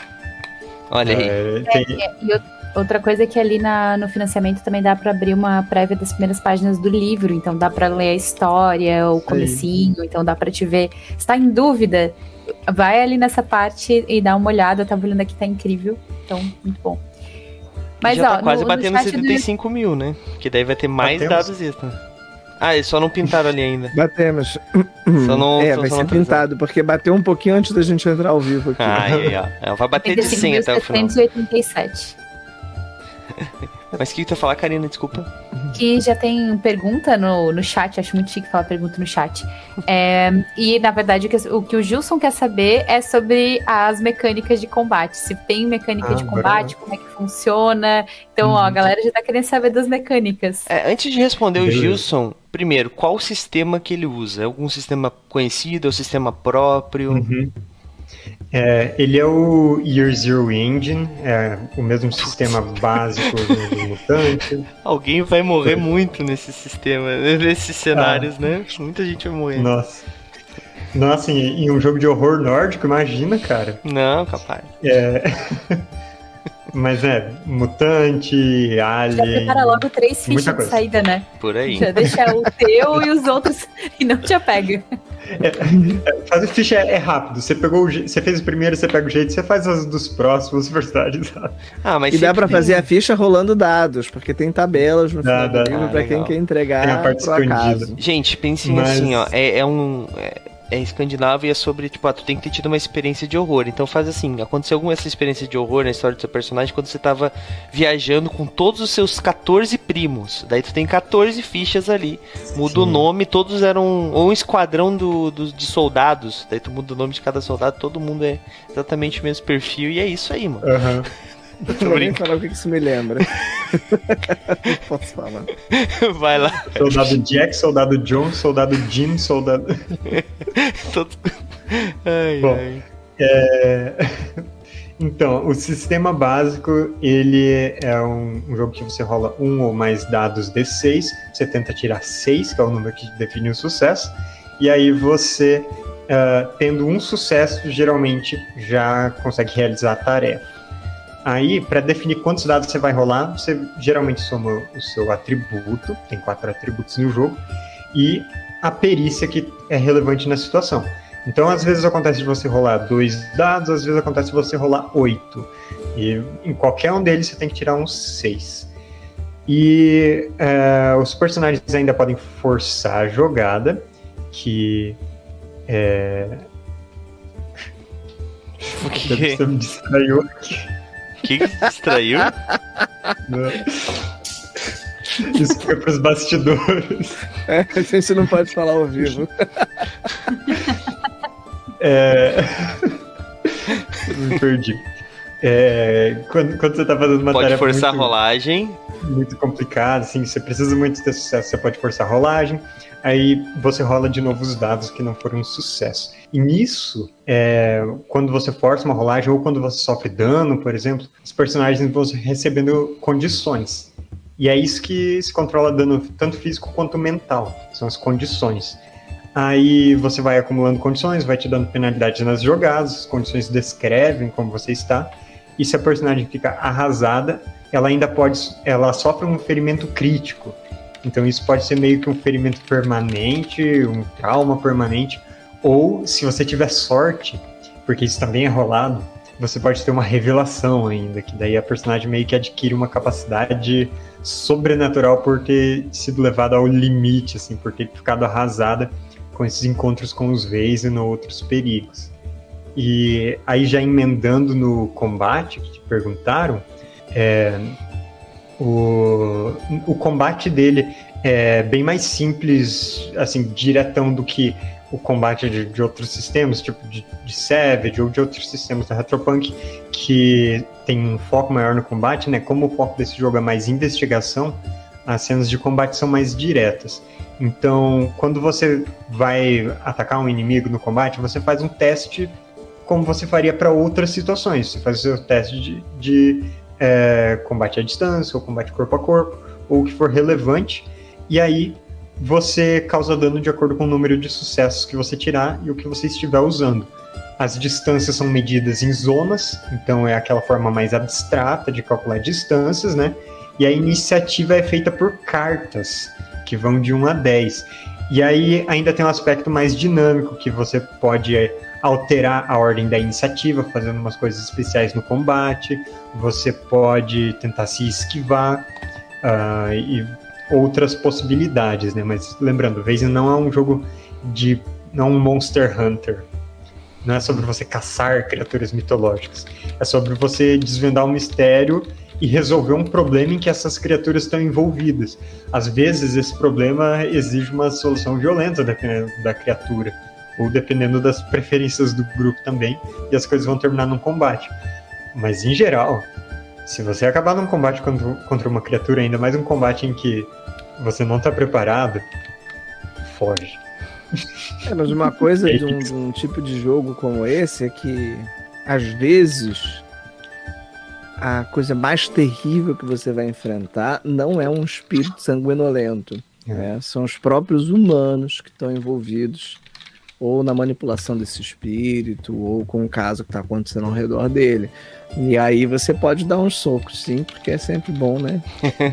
E outra coisa é que ali no financiamento também dá para abrir uma prévia das primeiras páginas do livro, então dá para ler a história, o comecinho, então dá para te ver. Se tá em dúvida, vai ali nessa parte e dá uma olhada, tá olhando aqui, tá incrível, então muito bom. Mas já tá quase batendo 75 mil, né? Que daí vai ter mais dados extras. Eles só não pintaram ali ainda. Batemos. Vai ser não pintado, porque bateu um pouquinho antes da gente entrar ao vivo aqui. Vai bater de 100 até o final. 787. Mas o que tu ia falar, Karina? Desculpa. Que já tem pergunta no chat, acho muito chique falar pergunta no chat. E, na verdade, o que o Gilson quer saber é sobre as mecânicas de combate. Se tem mecânica de combate, como é que funciona. Então, a galera já tá querendo saber das mecânicas. Antes de responder o Gilson, primeiro, qual o sistema que ele usa? É algum sistema conhecido? É o sistema próprio? Ele é o Year Zero Engine, o mesmo sistema básico do Mutante. Alguém vai morrer muito nesse sistema, nesses cenários, né? Muita gente vai morrer. Nossa, em um jogo de horror nórdico, imagina, cara. Não, capaz. Mas Mutante, Alien... Já prepara logo 3 fichas de saída, né? Por aí. Já deixa o teu e os outros e não te apega. Fazer ficha é rápido. Você fez o primeiro, você pega o jeito, você faz as dos próximos personagens. Mas e dá pra fazer a ficha rolando dados, porque tem tabelas no final do livro pra quem quer entregar. Tem a parte escondida. Gente, pensem assim, é escandinavo e é sobre, tu tem que ter tido uma experiência de horror. Então faz assim, aconteceu alguma essa experiência de horror na história do seu personagem quando você tava viajando com todos os seus 14 primos. Daí tu tem 14 fichas ali. Muda o nome, todos eram ou um esquadrão de soldados. Daí tu muda o nome de cada soldado, todo mundo é exatamente o mesmo perfil e é isso aí, mano. Eu vou nem falar o que isso me lembra. Não posso falar. Vai lá. Soldado Jack, soldado John, soldado Jim, soldado... Então, o sistema básico, ele é um jogo que você rola um ou mais dados D6, você tenta tirar 6, que é o número que define o sucesso, e aí você, tendo um sucesso, geralmente já consegue realizar a tarefa. Aí, para definir quantos dados você vai rolar, você geralmente soma o seu atributo, tem 4 atributos no jogo, e a perícia que é relevante na situação. Então, às vezes acontece de você rolar 2 dados, às vezes acontece de você rolar 8. E em qualquer um deles você tem que tirar um 6. E os personagens ainda podem forçar a jogada, que O que? Você me distraiu aqui. O que distraiu? Isso fica pros bastidores. A gente não pode falar ao vivo. Me perdi. Quando você tá fazendo uma tarefa pode forçar a rolagem. Muito complicada, assim, você precisa muito ter sucesso, você pode forçar a rolagem, aí você rola de novo os dados que não foram um sucesso. E nisso, quando você força uma rolagem ou quando você sofre dano, por exemplo, os personagens vão recebendo condições. E é isso que se controla dano tanto físico quanto mental, são as condições. Aí você vai acumulando condições, vai te dando penalidades nas jogadas, as condições descrevem como você está, e se a personagem fica arrasada, ela sofre um ferimento crítico. Então isso pode ser meio que um ferimento permanente, um trauma permanente, ou se você tiver sorte, porque isso também é rolado, você pode ter uma revelação ainda, que daí a personagem meio que adquire uma capacidade sobrenatural por ter sido levada ao limite, assim, por ter ficado arrasada com esses encontros com os Veis e outros perigos. E aí já emendando no combate, que te perguntaram, o combate dele é bem mais simples, assim, diretão do que o combate de outros sistemas, tipo de Savage ou de outros sistemas da Retropunk, que tem um foco maior no combate, né? Como o foco desse jogo é mais investigação, as cenas de combate são mais diretas. Então, quando você vai atacar um inimigo no combate, você faz um teste como você faria para outras situações. Você faz o seu teste de combate à distância, ou combate corpo a corpo, ou o que for relevante, e aí você causa dano de acordo com o número de sucessos que você tirar e o que você estiver usando. As distâncias são medidas em zonas, então é aquela forma mais abstrata de calcular distâncias, né? E a iniciativa é feita por cartas, que vão de 1 a 10. E aí ainda tem um aspecto mais dinâmico, que você pode alterar a ordem da iniciativa, fazendo umas coisas especiais no combate, você pode tentar se esquivar, e outras possibilidades, né? Mas lembrando, Vaesen não é um jogo não é um Monster Hunter. Não é sobre você caçar criaturas mitológicas. É sobre você desvendar um mistério e resolver um problema em que essas criaturas estão envolvidas. Às vezes, esse problema exige uma solução violenta, dependendo da criatura, ou dependendo das preferências do grupo também, e as coisas vão terminar num combate. Mas, em geral, se você acabar num combate contra uma criatura, ainda mais um combate em que você não está preparado, foge. Mas uma coisa de um tipo de jogo como esse é que, às vezes, a coisa mais terrível que você vai enfrentar não é um espírito sanguinolento. Né? São os próprios humanos que estão envolvidos ou na manipulação desse espírito, ou com o caso que está acontecendo ao redor dele. E aí você pode dar uns socos, sim, porque é sempre bom, né?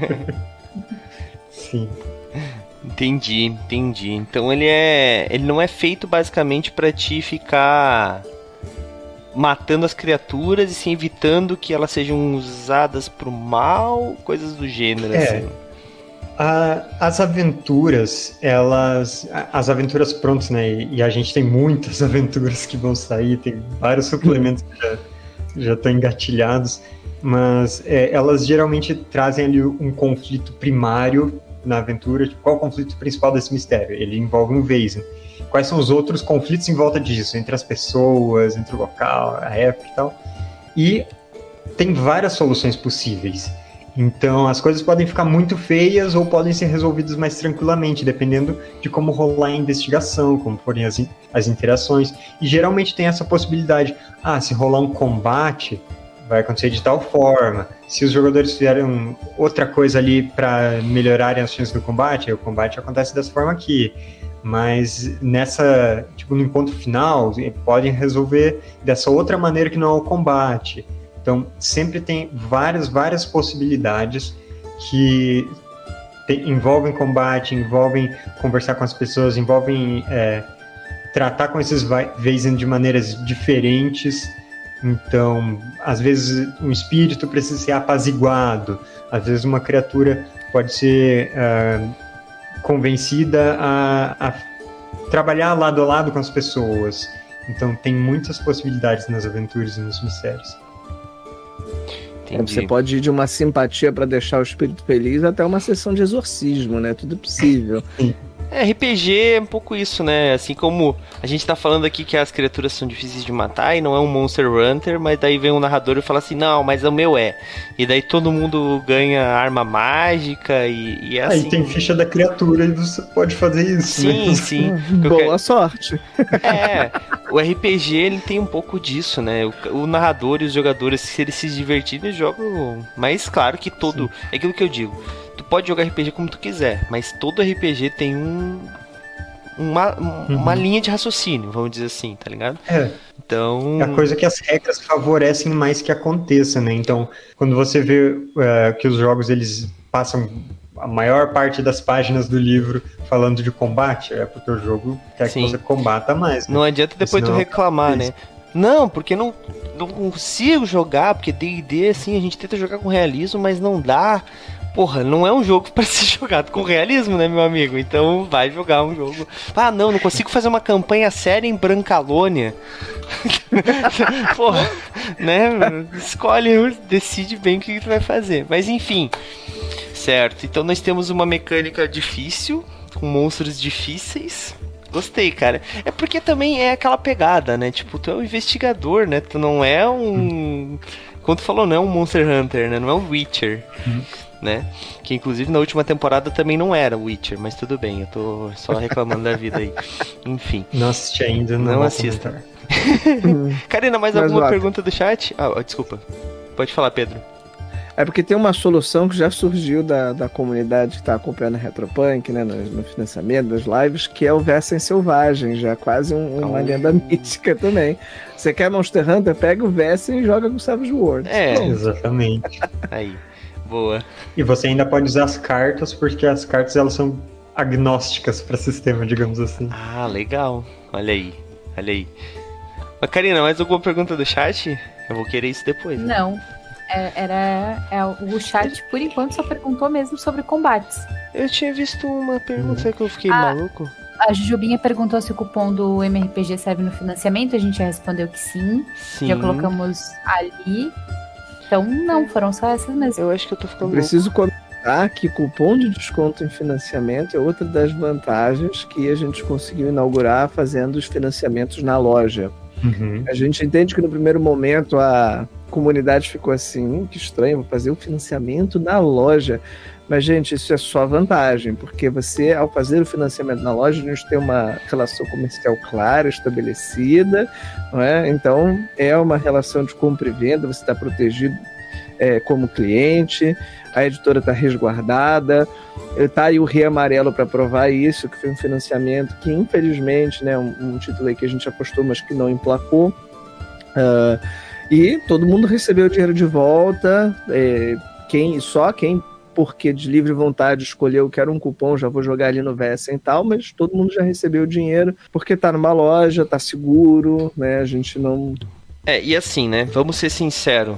Sim. Entendi. Então ele não é feito basicamente pra ti ficar matando as criaturas e sim evitando que elas sejam usadas pro mal, coisas do gênero, assim. As aventuras, as aventuras prontas, né? E a gente tem muitas aventuras que vão sair, tem vários suplementos que já estão engatilhados, mas elas geralmente trazem ali um conflito primário na aventura. Tipo, qual é o conflito principal desse mistério? Ele envolve um Vaesen. Quais são os outros conflitos em volta disso? Entre as pessoas, entre o local, a época e tal. E tem várias soluções possíveis. Então as coisas podem ficar muito feias ou podem ser resolvidas mais tranquilamente, dependendo de como rolar a investigação, como forem as interações. E geralmente tem essa possibilidade. Se rolar um combate, vai acontecer de tal forma. Se os jogadores fizerem outra coisa ali para melhorarem as chances do combate, aí o combate acontece dessa forma aqui. Mas no encontro final, podem resolver dessa outra maneira que não é o combate. Então, sempre tem várias possibilidades que envolvem combate, envolvem conversar com as pessoas, envolvem tratar com esses Vaesen de maneiras diferentes. Então, às vezes um espírito precisa ser apaziguado, às vezes uma criatura pode ser convencida a trabalhar lado a lado com as pessoas. Então, tem muitas possibilidades nas aventuras e nos mistérios. Você pode ir de uma simpatia para deixar o espírito feliz até uma sessão de exorcismo, né? Tudo possível. RPG é um pouco isso, né? Assim como a gente tá falando aqui que as criaturas são difíceis de matar e não é um Monster Hunter, mas daí vem um narrador e fala assim, não, mas o meu é. E daí todo mundo ganha arma mágica e é assim. Aí tem ficha da criatura e você pode fazer isso, sim, né? Sim. Boa sorte. O RPG, ele tem um pouco disso, né? O narrador e os jogadores, se eles se divertirem, eles jogam. Mas claro que é aquilo que eu digo. Tu pode jogar RPG como tu quiser, mas todo RPG tem uma linha de raciocínio, vamos dizer assim, tá ligado? Então... É a coisa que as regras favorecem mais que aconteça, né? Então, quando você vê que os jogos, eles passam a maior parte das páginas do livro falando de combate, é porque o jogo quer que você combata mais, né? Não adianta depois tu reclamar, né? Não, porque não consigo jogar, porque D&D, assim, a gente tenta jogar com realismo, mas não dá. Porra, não é um jogo para ser jogado com realismo, né, meu amigo? Então vai jogar um jogo. Ah, não consigo fazer uma campanha séria em Brancalônia. Porra, né? Escolhe, decide bem o que tu vai fazer. Mas enfim, certo. Então nós temos uma mecânica difícil, com monstros difíceis. Gostei, cara. É porque também é aquela pegada, né? Tipo, tu é um investigador, né? Tu não é um... Como tu falou, não é um Monster Hunter, né? Não é um Witcher. Né? Que inclusive na última temporada também não era Witcher, mas tudo bem, eu tô só reclamando da vida aí. Enfim. Não assisti ainda, não assista. Karina, mais alguma pergunta do chat? Desculpa. Pode falar, Pedro. É porque tem uma solução que já surgiu da comunidade que está acompanhando a Retropunk, né, no financiamento das lives, que é o Versem Selvagem, já quase uma lenda mística também. Você quer Monster Hunter? Pega o Versem e joga com Savage Worlds. Exatamente. Aí. Boa. E você ainda pode usar as cartas, porque as cartas elas são agnósticas para sistema, digamos assim. Ah, legal. Olha aí. Mas, Karina, mais alguma pergunta do chat? Eu vou querer isso depois. Né? Não. O chat, por enquanto, só perguntou mesmo sobre combates. Eu tinha visto uma pergunta que eu fiquei maluco. A Jujubinha perguntou se o cupom do MRPG serve no financiamento. A gente já respondeu que sim. Já colocamos ali. Então, não, foram só essas mesmo. Eu acho que eu tô ficando Preciso comentar que cupom de desconto em financiamento é outra das vantagens que a gente conseguiu inaugurar fazendo os financiamentos na loja. A gente entende que no primeiro momento a comunidade ficou assim, que estranho, vou fazer o financiamento na loja. Mas, gente, isso é só vantagem, porque você, ao fazer o financiamento na loja, a gente tem uma relação comercial clara, estabelecida, não é? Então, é uma relação de compra e venda, você está protegido como cliente, a editora está resguardada, está aí o Rei Amarelo para provar isso, que foi um financiamento que, infelizmente, né, um título aí que a gente apostou, mas que não emplacou, e todo mundo recebeu o dinheiro de volta, quem porque de livre vontade escolheu que era um cupom, já vou jogar ali no Versem e tal, mas todo mundo já recebeu o dinheiro, porque tá numa loja, tá seguro, né, a gente não... E assim, né, vamos ser sinceros,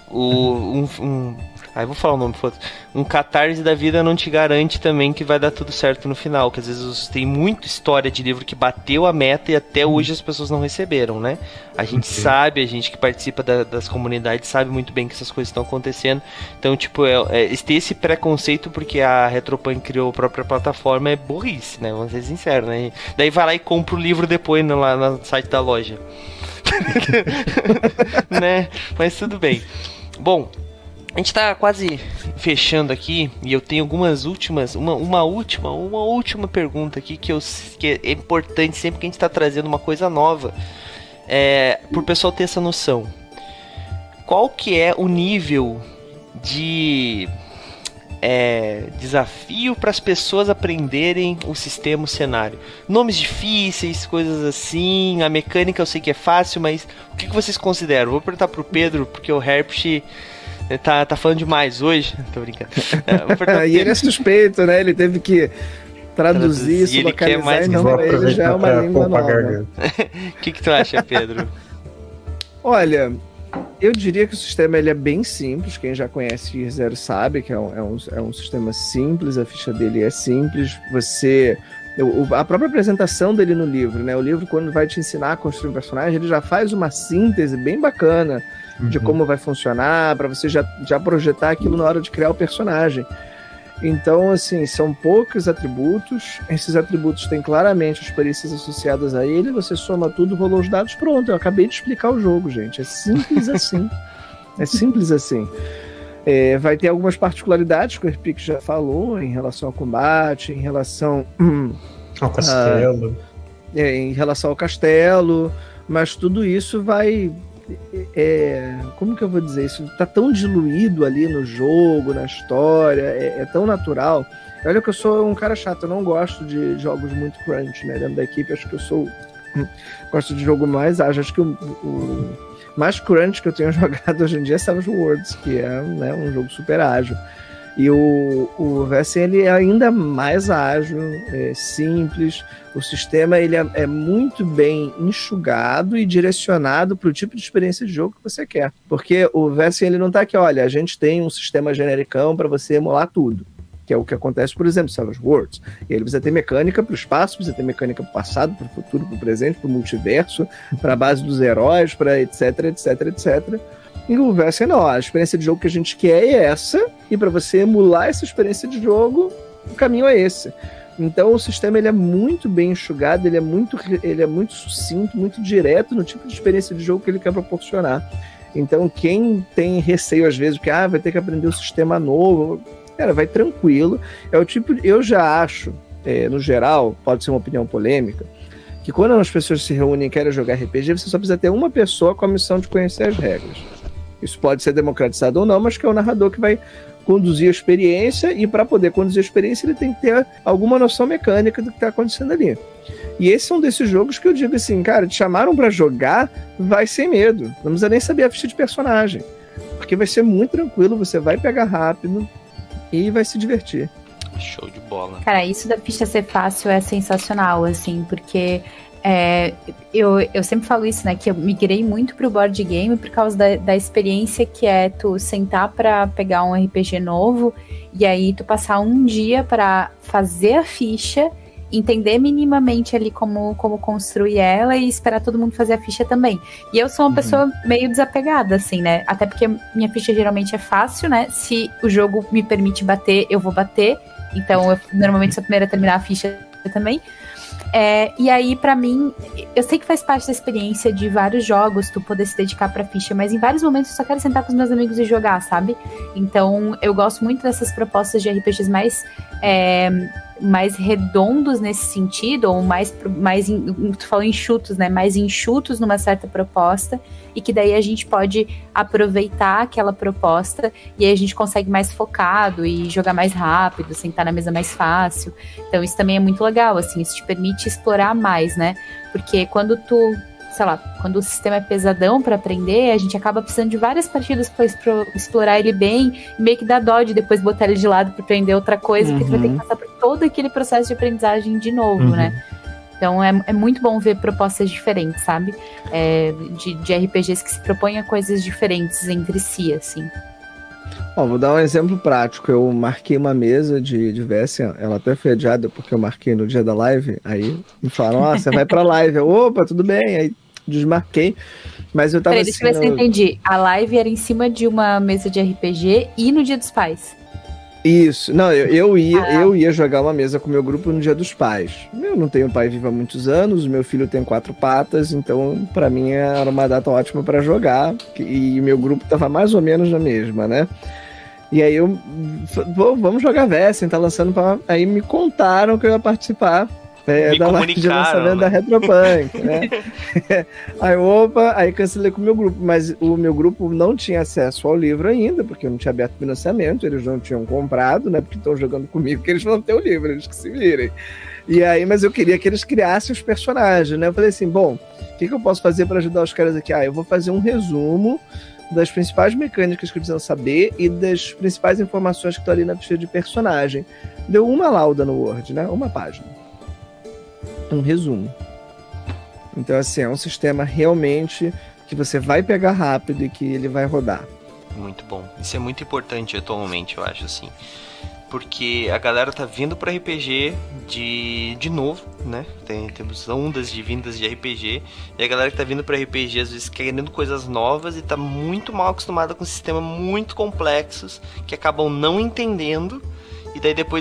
vou falar o nome, foda-se. Um catarse da vida não te garante também que vai dar tudo certo no final, que às vezes tem muita história de livro que bateu a meta e até hoje as pessoas não receberam, né? A gente sabe, a gente que participa das comunidades sabe muito bem que essas coisas estão acontecendo. Então, tipo, ter esse preconceito porque a Retropunk criou a própria plataforma é burrice, né? Vamos ser sinceros, né? Daí vai lá e compra o livro depois lá no site da loja. Né? Mas tudo bem. Bom, a gente tá quase fechando aqui e eu tenho algumas últimas, uma última pergunta aqui que é importante sempre que a gente tá trazendo uma coisa nova, pro pessoal ter essa noção. Qual que é o nível de desafio para as pessoas aprenderem o sistema, o cenário? Nomes difíceis, coisas assim, a mecânica eu sei que é fácil, mas o que vocês consideram? Vou perguntar pro Pedro, porque o Herpes tá falando demais hoje. Tô brincando. E ele é suspeito, né? Ele teve que traduzir isso, localizar, e não pra ele já é uma língua nova. O que tu acha, Pedro? Olha, eu diria que o sistema ele é bem simples. Quem já conhece Year Zero sabe que é um sistema simples, a ficha dele é simples. A própria apresentação dele no livro, né? O livro, quando vai te ensinar a construir um personagem, ele já faz uma síntese bem bacana de como vai funcionar, para você já projetar aquilo na hora de criar o personagem. Então, assim, são poucos atributos, esses atributos têm claramente as perícias associadas a ele, você soma tudo, rolou os dados, pronto, eu acabei de explicar o jogo, gente, é simples assim. É simples assim. Vai ter algumas particularidades que o Herpic já falou, em relação ao combate, em relação ao castelo. Em relação ao castelo, mas tudo isso vai... como que eu vou dizer isso? Tá tão diluído ali no jogo, na história, é tão natural. Olha que eu sou um cara chato, eu não gosto de jogos muito crunch, né? Dentro da equipe, acho que eu gosto de jogo mais ágil. Acho que o mais crunch que eu tenho jogado hoje em dia é Savage Worlds, que é, né, um jogo super ágil. E o VSN, ele é ainda mais ágil, simples. O sistema ele é muito bem enxugado e direcionado para o tipo de experiência de jogo que você quer. Porque o VSN ele não está aqui, olha, a gente tem um sistema genericão para você emular tudo. Que é o que acontece, por exemplo, em Savage Worlds. E ele precisa ter mecânica para o espaço, precisa ter mecânica para o passado, para o futuro, para o presente, para o multiverso, para a base dos heróis, para etc, etc, etc. E o VSN não, a experiência de jogo que a gente quer é essa, e para você emular essa experiência de jogo, o caminho é esse. Então o sistema ele é muito bem enxugado, ele é muito sucinto, muito direto no tipo de experiência de jogo que ele quer proporcionar. Então quem tem receio às vezes, que vai ter que aprender um sistema novo, cara, vai tranquilo. É o tipo, eu já acho, no geral, pode ser uma opinião polêmica, que quando as pessoas se reúnem e querem jogar RPG, você só precisa ter uma pessoa com a missão de conhecer as regras. Isso pode ser democratizado ou não, mas que é o narrador que vai conduzir a experiência, e para poder conduzir a experiência ele tem que ter alguma noção mecânica do que está acontecendo ali. E esse é um desses jogos que eu digo assim, cara, te chamaram para jogar, vai sem medo. Não precisa nem saber a ficha de personagem, porque vai ser muito tranquilo, você vai pegar rápido e vai se divertir. Show de bola. Cara, isso da ficha ser fácil é sensacional, assim, porque eu sempre falo isso, né, que eu migrei muito pro board game por causa da experiência que é tu sentar pra pegar um RPG novo e aí tu passar um dia pra fazer a ficha, entender minimamente ali como construir ela e esperar todo mundo fazer a ficha também. E eu sou uma pessoa meio desapegada, assim, né, até porque minha ficha geralmente é fácil, né, se o jogo me permite bater, eu vou bater, então eu normalmente sou a primeira a terminar a ficha também. E aí, pra mim, eu sei que faz parte da experiência de vários jogos tu poder se dedicar pra ficha, mas em vários momentos eu só quero sentar com os meus amigos e jogar, sabe? Então, eu gosto muito dessas propostas de RPGs mais redondos nesse sentido, ou tu falou enxutos, né? Mais enxutos numa certa proposta, e que daí a gente pode aproveitar aquela proposta e aí a gente consegue mais focado e jogar mais rápido, sentar na mesa mais fácil. Então isso também é muito legal, assim, isso te permite explorar mais, né? Porque quando quando o sistema é pesadão pra aprender, a gente acaba precisando de várias partidas pra explorar ele bem, e meio que dá dó de depois botar ele de lado pra aprender outra coisa, porque tu vai ter que passar por todo aquele processo de aprendizagem de novo, né? Então é muito bom ver propostas diferentes, sabe? De RPGs que se propõem a coisas diferentes entre si, assim. Vou dar um exemplo prático. Eu marquei uma mesa de Vessia, ela até foi adiada porque eu marquei no dia da live, aí me falaram, você vai pra live. Opa, tudo bem, aí desmarquei, mas eu tava Peraí, deixa eu ver se eu entendi. A live era em cima de uma mesa de RPG e no Dia dos Pais? Isso, não, eu ia jogar uma mesa com o meu grupo no Dia dos Pais. Eu não tenho pai vivo há muitos anos, meu filho tem 4 patas, então pra mim era uma data ótima pra jogar, e meu grupo tava mais ou menos na mesma, né? E aí vamos jogar Vessia, tá lançando aí me contaram que eu ia participar da live de lançamento da Retropunk, né? Aí cancelei com o meu grupo, mas o meu grupo não tinha acesso ao livro ainda, porque eu não tinha aberto financiamento, eles não tinham comprado, né? Porque estão jogando comigo, que eles vão ter o livro, eles que se virem. E aí, mas eu queria que eles criassem os personagens, né? Eu falei assim, bom, o que eu posso fazer para ajudar os caras aqui? Eu vou fazer um resumo das principais mecânicas que eles precisam saber e das principais informações que estão ali na ficha de personagem. Deu uma lauda no Word, né? Uma página. Um resumo. Então, assim, é um sistema realmente que você vai pegar rápido e que ele vai rodar. Muito bom. Isso é muito importante atualmente, eu acho, assim. Porque a galera tá vindo pro RPG de novo, né? Temos ondas de vindas de RPG. E a galera que tá vindo pro RPG, às vezes, querendo coisas novas e tá muito mal acostumada com sistemas muito complexos que acabam não entendendo. E daí depois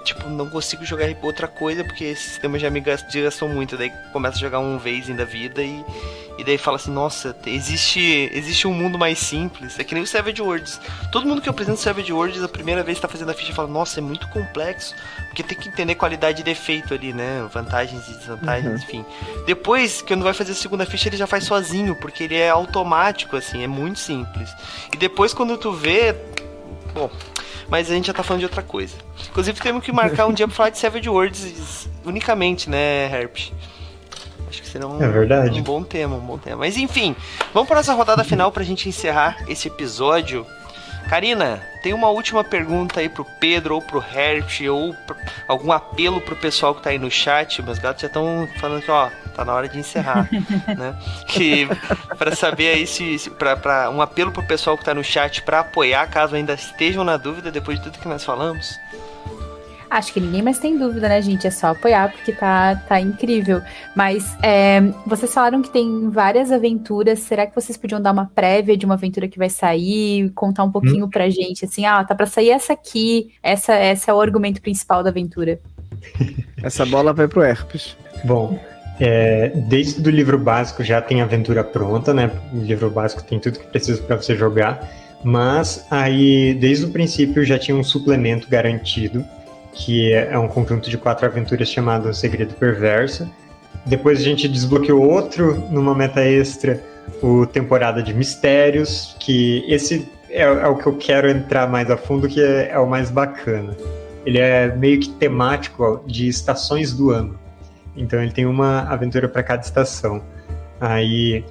tipo, não consigo jogar outra coisa porque esse sistema já me gastou muito. Daí começa a jogar um Vezing da vida e daí fala assim, nossa, existe um mundo mais simples. É que nem o Savage Worlds. Todo mundo que eu apresento Savage Worlds a primeira vez que tá fazendo a ficha fala, nossa, é muito complexo, porque tem que entender qualidade e defeito ali, né? Vantagens e desvantagens, enfim. Depois, quando vai fazer a segunda ficha, ele já faz sozinho, porque ele é automático, assim, é muito simples. E depois, quando tu vê... Bom, mas a gente já tá falando de outra coisa. Inclusive, temos que marcar um dia pra falar de Savage Worlds unicamente, né, Herp? Acho que será um bom tema, Mas enfim, vamos para essa rodada final pra gente encerrar esse episódio. Karina, tem uma última pergunta aí pro Pedro ou pro Herp, ou algum apelo pro pessoal que tá aí no chat. Meus gatos já estão falando que, ó, tá na hora de encerrar, né? Que para saber aí para um apelo pro pessoal que tá no chat para apoiar, caso ainda estejam na dúvida depois de tudo que nós falamos. Acho que ninguém mais tem dúvida, né, gente? É só apoiar, porque tá incrível. Mas vocês falaram que tem várias aventuras. Será que vocês podiam dar uma prévia de uma aventura que vai sair? Contar um pouquinho pra gente, assim, tá pra sair essa aqui. Esse é o argumento principal da aventura. Essa bola vai pro Herpes. Bom, desde o livro básico já tem aventura pronta, né? O livro básico tem tudo que precisa para você jogar. Mas aí, desde o princípio, já tinha um suplemento garantido, que é um conjunto de 4 aventuras chamado O Segredo Perverso. Depois a gente desbloqueou outro numa meta extra, o Temporada de Mistérios, que esse é o que eu quero entrar mais a fundo, que é o mais bacana. Ele é meio que temático de estações do ano. Então ele tem uma aventura para cada estação. Aí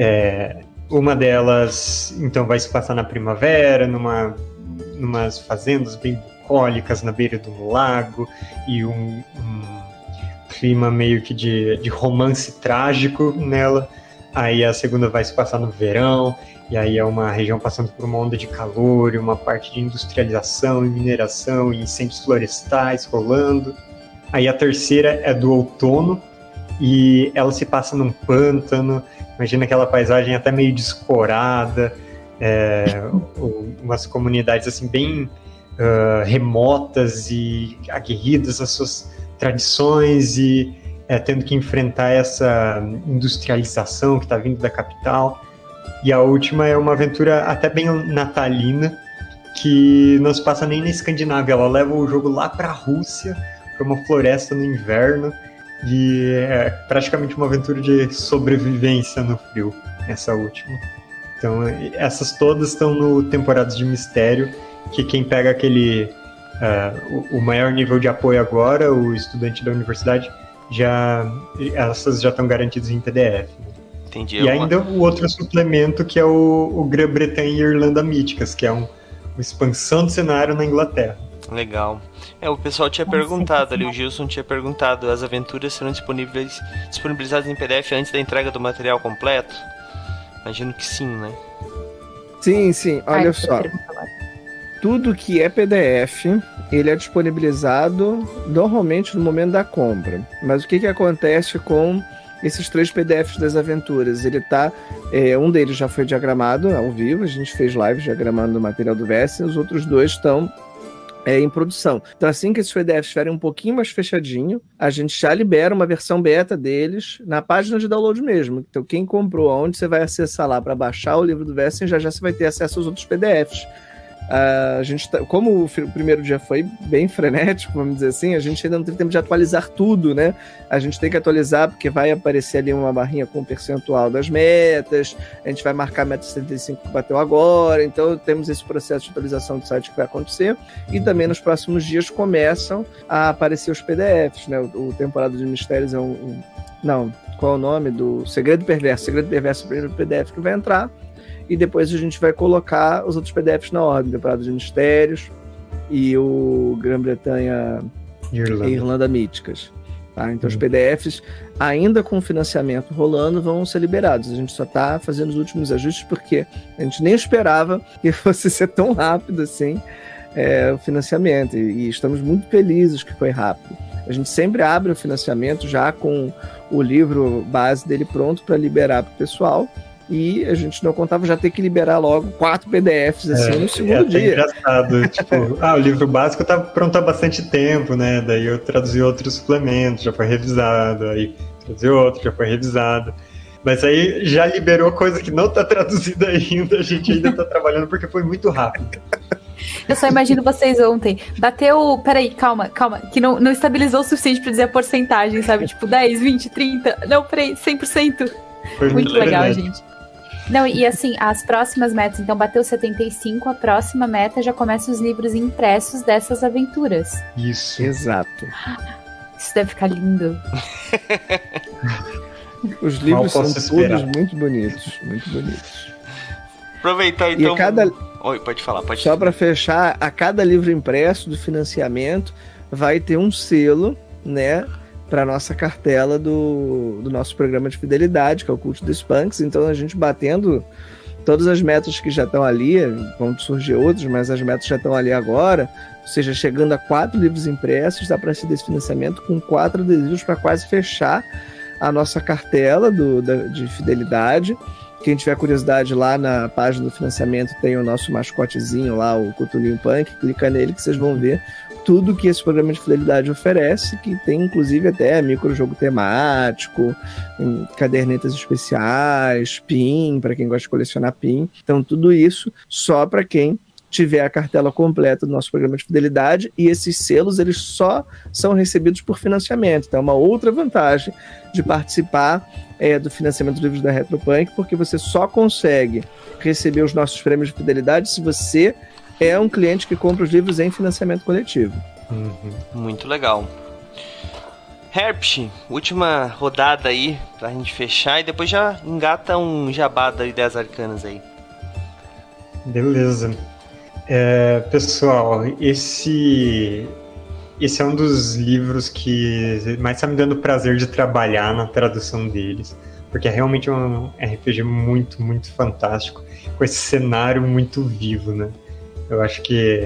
uma delas então vai se passar na primavera, numas fazendas bem bucólicas na beira do lago, e um clima meio que de romance trágico nela. Aí a segunda vai se passar no verão, e aí é uma região passando por uma onda de calor, e uma parte de industrialização e mineração, e incêndios florestais rolando. Aí a terceira é do outono, e ela se passa num pântano. Imagina aquela paisagem até meio descorada, umas comunidades assim bem remotas e aguerridas às suas tradições, e tendo que enfrentar essa industrialização que está vindo da capital. E a última é uma aventura até bem natalina, que não se passa nem na Escandinávia. Ela leva o jogo lá para a Rússia, para uma floresta no inverno, e é praticamente uma aventura de sobrevivência no frio, essa última. Então essas todas estão no Temporadas de Mistério, que quem pega o maior nível de apoio agora, o estudante da universidade, essas já estão garantidas em PDF. Entendi. E ainda o outro suplemento, que é o Grã-Bretanha e Irlanda Míticas, que é uma expansão do cenário na Inglaterra. Legal. O pessoal tinha perguntado ali, o Gilson tinha perguntado, as aventuras serão disponibilizadas em PDF antes da entrega do material completo? Imagino que sim, né? Sim, olha só. Tudo que é PDF, ele é disponibilizado normalmente no momento da compra. Mas o que acontece com esses 3 PDFs das aventuras? Ele tá... um deles já foi diagramado ao vivo, a gente fez live diagramando o material do VS, e os outros 2 estão em produção. Então, assim que esses PDFs estiverem um pouquinho mais fechadinho, a gente já libera uma versão beta deles na página de download mesmo. Então, quem comprou, onde você vai acessar lá para baixar o livro do VS, já você vai ter acesso aos outros PDFs. A gente como o primeiro dia foi bem frenético, vamos dizer assim, a gente ainda não teve tempo de atualizar tudo, né? A gente tem que atualizar porque vai aparecer ali uma barrinha com o percentual das metas, a gente vai marcar a meta 75 que bateu agora, então temos esse processo de atualização do site que vai acontecer, e também nos próximos dias começam a aparecer os PDFs, né? O Temporada de Mistérios é não, qual é o nome? Do Segredo Perverso. Segredo Perverso é o primeiro PDF que vai entrar, e depois a gente vai colocar os outros PDFs na ordem, Temporada de Mistérios e o Grã-Bretanha e Irlanda Míticas. Tá? Então os PDFs, ainda com o financiamento rolando, vão ser liberados. A gente só está fazendo os últimos ajustes porque a gente nem esperava que fosse ser tão rápido assim o financiamento, e estamos muito felizes que foi rápido. A gente sempre abre o financiamento já com o livro base dele pronto para liberar para o pessoal. e a gente não contava já ter que liberar logo 4 PDFs assim no segundo dia. Engraçado, tipo, o livro básico tá pronto há bastante tempo, né? Daí eu traduzi outros suplementos, já foi revisado, aí traduzi outro, já foi revisado. Mas aí já liberou coisa que não tá traduzida ainda, a gente ainda tá trabalhando porque foi muito rápido. Eu só imagino vocês ontem. Bateu. Peraí, calma. Que não estabilizou o suficiente pra dizer a porcentagem, sabe? Tipo, 10, 20, 30. Não, peraí, 100%. Foi Muito legal, verdade. gente. Não, e assim, as próximas metas, então bateu 75, a próxima meta já começa os livros impressos dessas aventuras. Isso. Exato. Isso deve ficar lindo. Os livros são posso todos esperar. muito bonitos, muito bonitos. Aproveitar então. E cada... Oi, pode falar, pode Só para fechar, a cada livro impresso do financiamento vai ter um selo, né, para nossa cartela do nosso programa de fidelidade, que é o Culto dos Punks. Então a gente batendo todas as metas que já estão ali, vão surgir outros, mas as metas já estão ali agora, ou seja, chegando a 4 livros impressos, dá para ser desse financiamento com 4 adesivos para quase fechar a nossa cartela de fidelidade. Quem tiver curiosidade, lá na página do financiamento tem o nosso mascotezinho lá, o Cutulinho Punk, clica nele que vocês vão ver tudo que esse programa de fidelidade oferece, que tem inclusive até microjogo temático, cadernetas especiais, pin, para quem gosta de colecionar pin. Então tudo isso só para quem tiver a cartela completa do nosso programa de fidelidade, e esses selos eles só são recebidos por financiamento. Então é uma outra vantagem de participar do financiamento dos livros da Retropunk, porque você só consegue receber os nossos prêmios de fidelidade se você é um cliente que compra os livros em financiamento coletivo. Muito legal. Herpes, última rodada aí pra gente fechar e depois já engata um jabá das Ideias Arcanas aí. Beleza. Pessoal, esse é um dos livros que mais está me dando prazer de trabalhar na tradução deles, porque é realmente um RPG muito, muito fantástico, com esse cenário muito vivo, né? Eu acho que,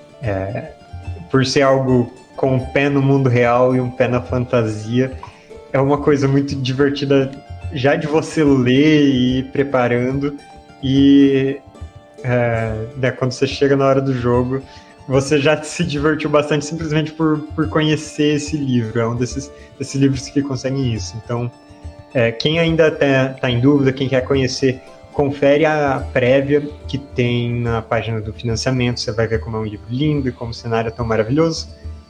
por ser algo com um pé no mundo real e um pé na fantasia, é uma coisa muito divertida já de você ler e ir preparando, e quando você chega na hora do jogo, você já se divertiu bastante simplesmente por conhecer esse livro. É um desses livros que conseguem isso. Então, quem ainda tá em dúvida, quem quer conhecer, confere a prévia que tem na página do financiamento. Você vai ver como é um livro lindo e como o cenário é tão maravilhoso.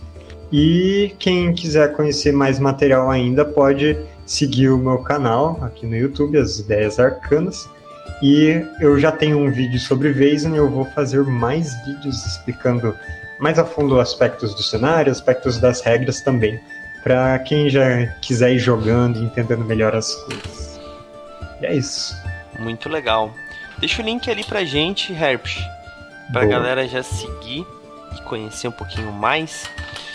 E quem quiser conhecer mais material ainda, pode seguir o meu canal aqui no YouTube, As Ideias Arcanas. E eu já tenho um vídeo sobre Vaesen, eu vou fazer mais vídeos explicando mais a fundo aspectos do cenário, aspectos das regras também, para quem já quiser ir jogando e entendendo melhor as coisas. E é isso. Muito legal. Deixa o link ali pra gente, Herpes, pra galera já seguir e conhecer um pouquinho mais.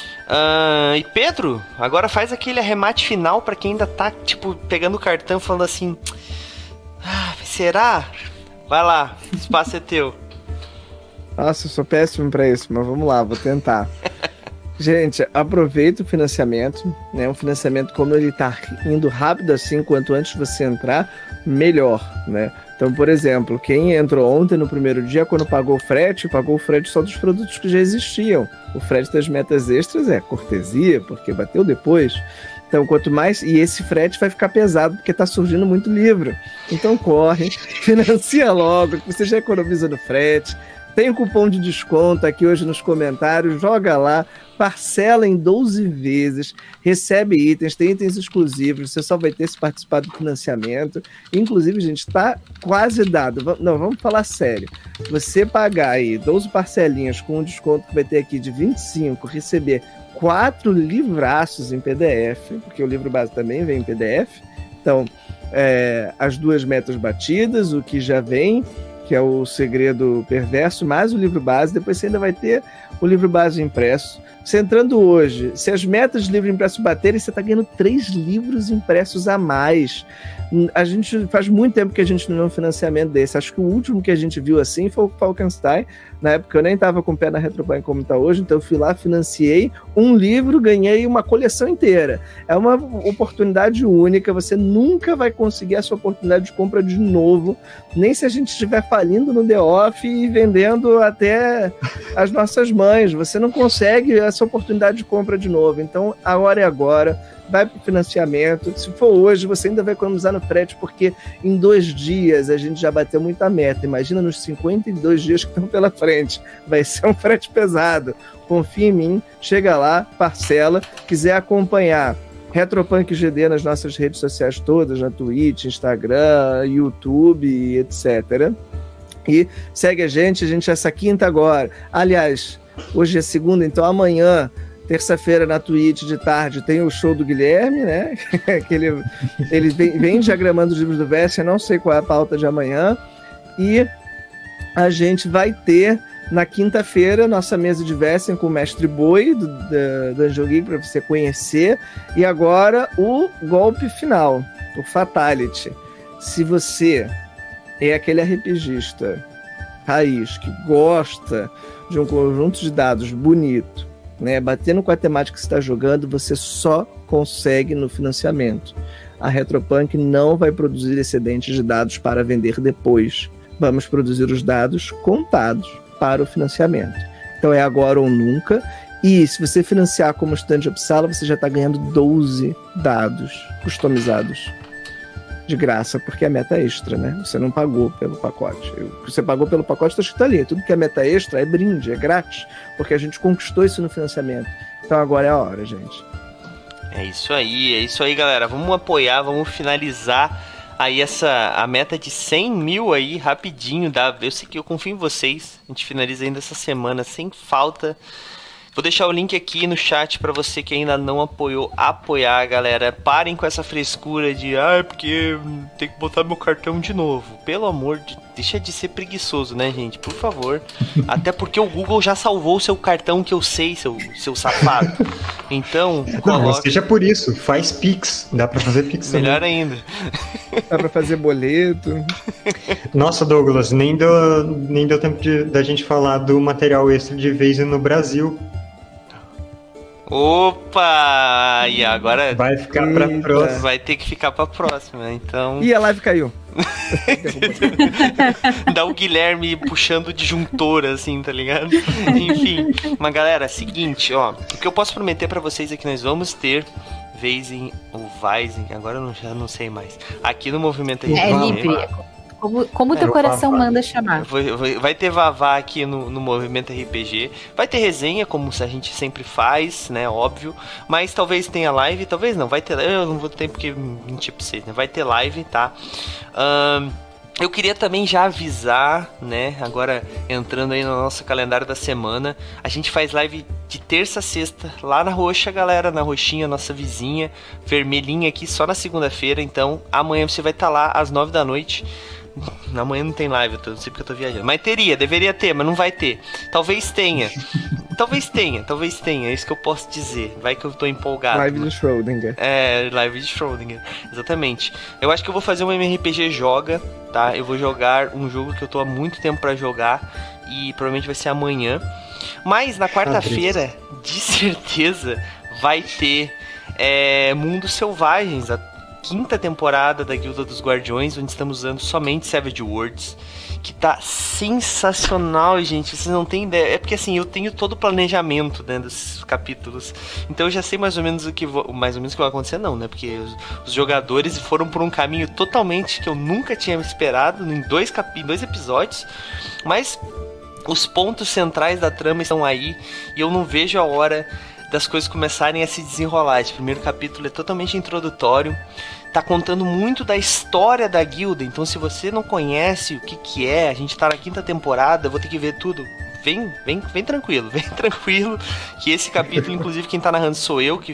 E Pedro, agora faz aquele arremate final pra quem ainda tá, tipo, pegando o cartão falando assim... será? Vai lá, o espaço é teu. Nossa, eu sou péssimo pra isso, mas vamos lá, vou tentar. Gente, aproveita o financiamento, né? Um financiamento, como ele tá indo rápido assim, quanto antes você entrar, melhor, né? Então, por exemplo, quem entrou ontem no primeiro dia, quando pagou o frete só dos produtos que já existiam. O frete das metas extras é cortesia, porque bateu depois. Então, quanto mais... E esse frete vai ficar pesado, porque tá surgindo muito livro. Então, corre, financia logo, que você já economiza no frete. Tem um cupom de desconto aqui hoje nos comentários. Joga lá, parcela em 12 vezes, recebe itens, tem itens exclusivos. Você só vai ter se participar do financiamento. Inclusive, gente, tá quase dado. Não, vamos falar sério. Você pagar aí 12 parcelinhas com um desconto que vai ter aqui de 25, receber 4 livraços em PDF, porque o livro base também vem em PDF. Então, as 2 metas batidas, o que já vem, que é o Segredo Perverso, mais o livro base. Depois você ainda vai ter o livro base impresso. Você entrando hoje, se as metas de livro impresso baterem, você está ganhando 3 livros impressos a mais. A gente faz muito tempo que a gente não vê um financiamento desse. Acho que o último que a gente viu assim foi o Falkenstein. Na época eu nem estava com o pé na Retropunk como está hoje, então eu fui lá, financiei um livro, ganhei uma coleção inteira. É uma oportunidade única, você nunca vai conseguir essa oportunidade de compra de novo, nem se a gente estiver falindo no The Off e vendendo até as nossas mães. Você não consegue essa oportunidade de compra de novo. Então, a hora é agora. Vai para o financiamento. Se for hoje, você ainda vai economizar no frete, porque em 2 dias a gente já bateu muita meta. Imagina nos 52 dias que estão pela frente. Vai ser um frete pesado. Confia em mim, chega lá, parcela. Quiser acompanhar Retropunk GD nas nossas redes sociais todas, na Twitch, Instagram, YouTube, etc. E segue a gente essa quinta agora. Aliás, hoje é segunda, então amanhã, terça-feira, na Twitch, de tarde, tem o show do Guilherme, né? Que ele vem diagramando os livros do Vessia, não sei qual é a pauta de amanhã. E a gente vai ter, na quinta-feira, nossa mesa de Vessia com o Mestre Boi, do Dungeon Geek, para você conhecer. E agora, o golpe final, o Fatality. Se você é aquele RPGista raiz que gosta de um conjunto de dados bonito, né, batendo com a temática que você está jogando, você só consegue no financiamento. A Retropunk não vai produzir excedentes de dados para vender depois. Vamos produzir os dados contados para o financiamento. Então é agora ou nunca. E se você financiar como estudante de Uppsala, você já está ganhando 12 dados customizados de graça, porque é meta extra, né? Você não pagou pelo pacote. Você pagou pelo pacote, está escrito ali. Tudo que é meta extra é brinde, é grátis, porque a gente conquistou isso no financiamento. Então agora é a hora, gente. É isso aí, galera. Vamos apoiar, vamos finalizar aí a meta de 100 mil aí, rapidinho. Eu sei que eu confio em vocês. A gente finaliza ainda essa semana, sem falta. Vou deixar o link aqui no chat pra você que ainda não apoiou, apoiar, galera. Parem com essa frescura de porque tem que botar meu cartão de novo. Pelo amor de Deus, deixa de ser preguiçoso, né, gente? Por favor. Até porque o Google já salvou o seu cartão, que eu sei, seu safado. Então, não seja por isso, faz Pix. Dá pra fazer Pix também. Melhor ainda. Dá pra fazer boleto. Nossa, Douglas, nem deu tempo da gente falar do material extra de Vaesen no Brasil. Opa! E agora vai ficar pra próxima. Vai ter que ficar pra próxima, então. E a live caiu. Dá o Guilherme puxando o disjuntor, assim, tá ligado? Enfim, mas galera, seguinte, ó. O que eu posso prometer pra vocês é que nós vamos ter Vaesen ou Vaesen, agora eu já não sei mais. Aqui no Movimento RPG. É livre. Como teu coração manda chamar. Vai ter Vavá aqui no Movimento RPG. Vai ter resenha, como a gente sempre faz, né? Óbvio. Mas talvez tenha live, talvez não. Vai ter. Eu não vou ter porque mentir pra vocês, né? Vai ter live, tá? Eu queria também já avisar, né? Agora entrando aí no nosso calendário da semana. A gente faz live de terça a sexta lá na Roxa, galera. Na Roxinha, nossa vizinha. Vermelhinha aqui só na segunda-feira. Então amanhã você vai estar lá às 9 da noite. Amanhã não tem live, eu não sei porque eu tô viajando. Mas deveria ter, mas não vai ter. Talvez tenha, é isso que eu posso dizer. Vai que eu tô empolgado. Live de Schrödinger. Live de Schrödinger, exatamente. Eu acho que eu vou fazer um MRPG Joga, tá? Eu vou jogar um jogo que eu tô há muito tempo pra jogar e provavelmente vai ser amanhã. Mas na quarta-feira, de certeza, vai ter Mundos Selvagens, a 5ª temporada da Guilda dos Guardiões, onde estamos usando somente Savage Worlds, que tá sensacional, gente. Vocês não têm ideia. É porque assim, eu tenho todo o planejamento, né, dos capítulos. Então eu já sei mais ou menos o que vai acontecer, não, né? Porque os jogadores foram por um caminho totalmente que eu nunca tinha esperado em 2 episódios. Mas os pontos centrais da trama estão aí e eu não vejo a hora das coisas começarem a se desenrolar. Esse primeiro capítulo é totalmente introdutório, tá contando muito da história da guilda, então se você não conhece o que é, a gente tá na 5ª temporada, eu vou ter que ver tudo. Vem tranquilo, que esse capítulo, inclusive, quem tá narrando sou eu, que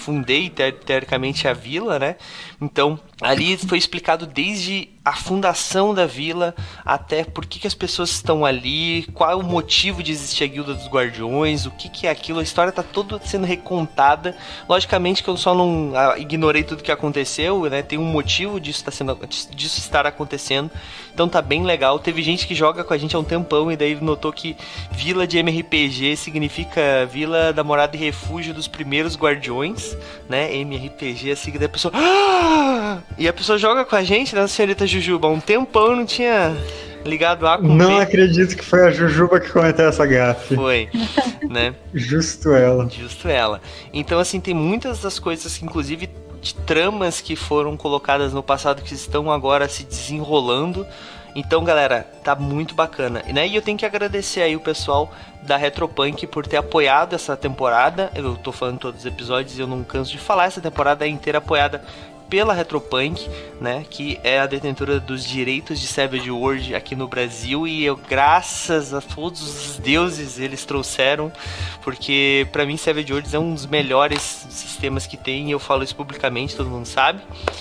fundei teoricamente a vila, né? Então, ali foi explicado desde a fundação da vila até por que as pessoas estão ali, qual é o motivo de existir a Guilda dos Guardiões, o que é aquilo, a história tá toda sendo recontada. Logicamente que eu só não ignorei tudo que aconteceu, né? Tem um motivo disso estar acontecendo, então tá bem legal. Teve gente que joga com a gente há um tempão e daí notou que vila de MRPG significa Vila da Morada e Refúgio dos Primeiros Guardiões, né? MRPG, a sigla da pessoa... E a pessoa joga com a gente, né, senhorita Jujuba? Há um tempão eu não tinha ligado A com Não B. acredito que foi a Jujuba que cometeu essa gafe. Foi, né? Justo ela. Justo ela. Então, assim, tem muitas das coisas, inclusive de tramas que foram colocadas no passado que estão agora se desenrolando. Então, galera, tá muito bacana, né? E eu tenho que agradecer aí o pessoal da Retropunk por ter apoiado essa temporada. Eu tô falando todos os episódios e eu não canso de falar. Essa temporada é inteira apoiada pela Retropunk, né, que é a detentora dos direitos de Savage World aqui no Brasil, e eu, graças a todos os deuses, eles trouxeram, porque pra mim Savage Worlds é um dos melhores sistemas que tem, e eu falo isso publicamente, todo mundo sabe.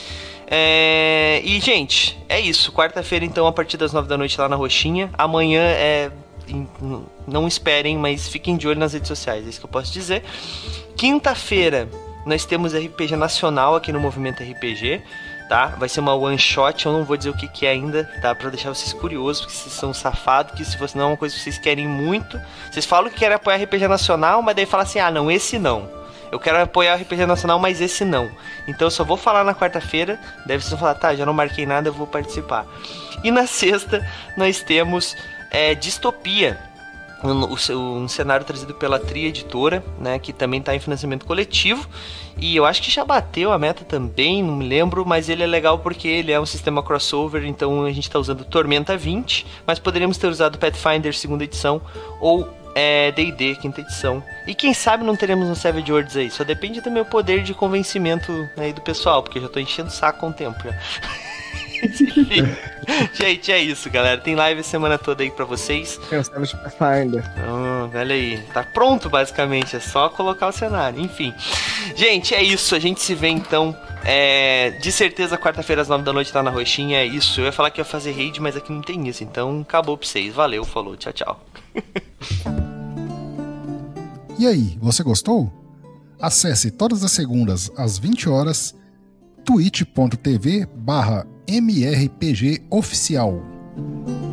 E, gente, é isso. Quarta-feira, então, a partir das 9 da noite lá na Roxinha. Amanhã não esperem, mas fiquem de olho nas redes sociais, é isso que eu posso dizer. Quinta-feira nós temos RPG Nacional aqui no Movimento RPG, tá? Vai ser uma one shot, eu não vou dizer o que é ainda, tá? Pra deixar vocês curiosos, porque vocês são safados, que se fosse não é uma coisa que vocês querem muito. Vocês falam que querem apoiar RPG Nacional, mas daí falam assim, não, esse não. Eu quero apoiar o RPG Nacional, mas esse não. Então eu só vou falar na quarta-feira, daí vocês vão falar, tá, já não marquei nada, eu vou participar. E na sexta nós temos Distopia, um cenário trazido pela Tri Editora, né, que também está em financiamento coletivo, e eu acho que já bateu a meta também, não me lembro, mas ele é legal porque ele é um sistema crossover, então a gente está usando Tormenta 20, mas poderíamos ter usado Pathfinder 2ª edição ou D&D 5ª edição, e quem sabe não teremos um Savage Worlds aí, só depende do meu poder de convencimento aí do pessoal, porque eu já tô enchendo o saco com o tempo já. Gente, é isso, galera. Tem live a semana toda aí pra vocês. Pensamos em Pathfinder. Olha aí, tá pronto basicamente, é só colocar o cenário. Enfim, gente, é isso. A gente se vê então, de certeza, quarta-feira às 9 da noite lá na Roxinha. É isso. Eu ia falar que ia fazer raid, mas aqui não tem isso. Então acabou pra vocês. Valeu, falou, tchau, tchau. E aí, você gostou? Acesse todas as segundas às 20 horas twitch.tv/MRPG Oficial.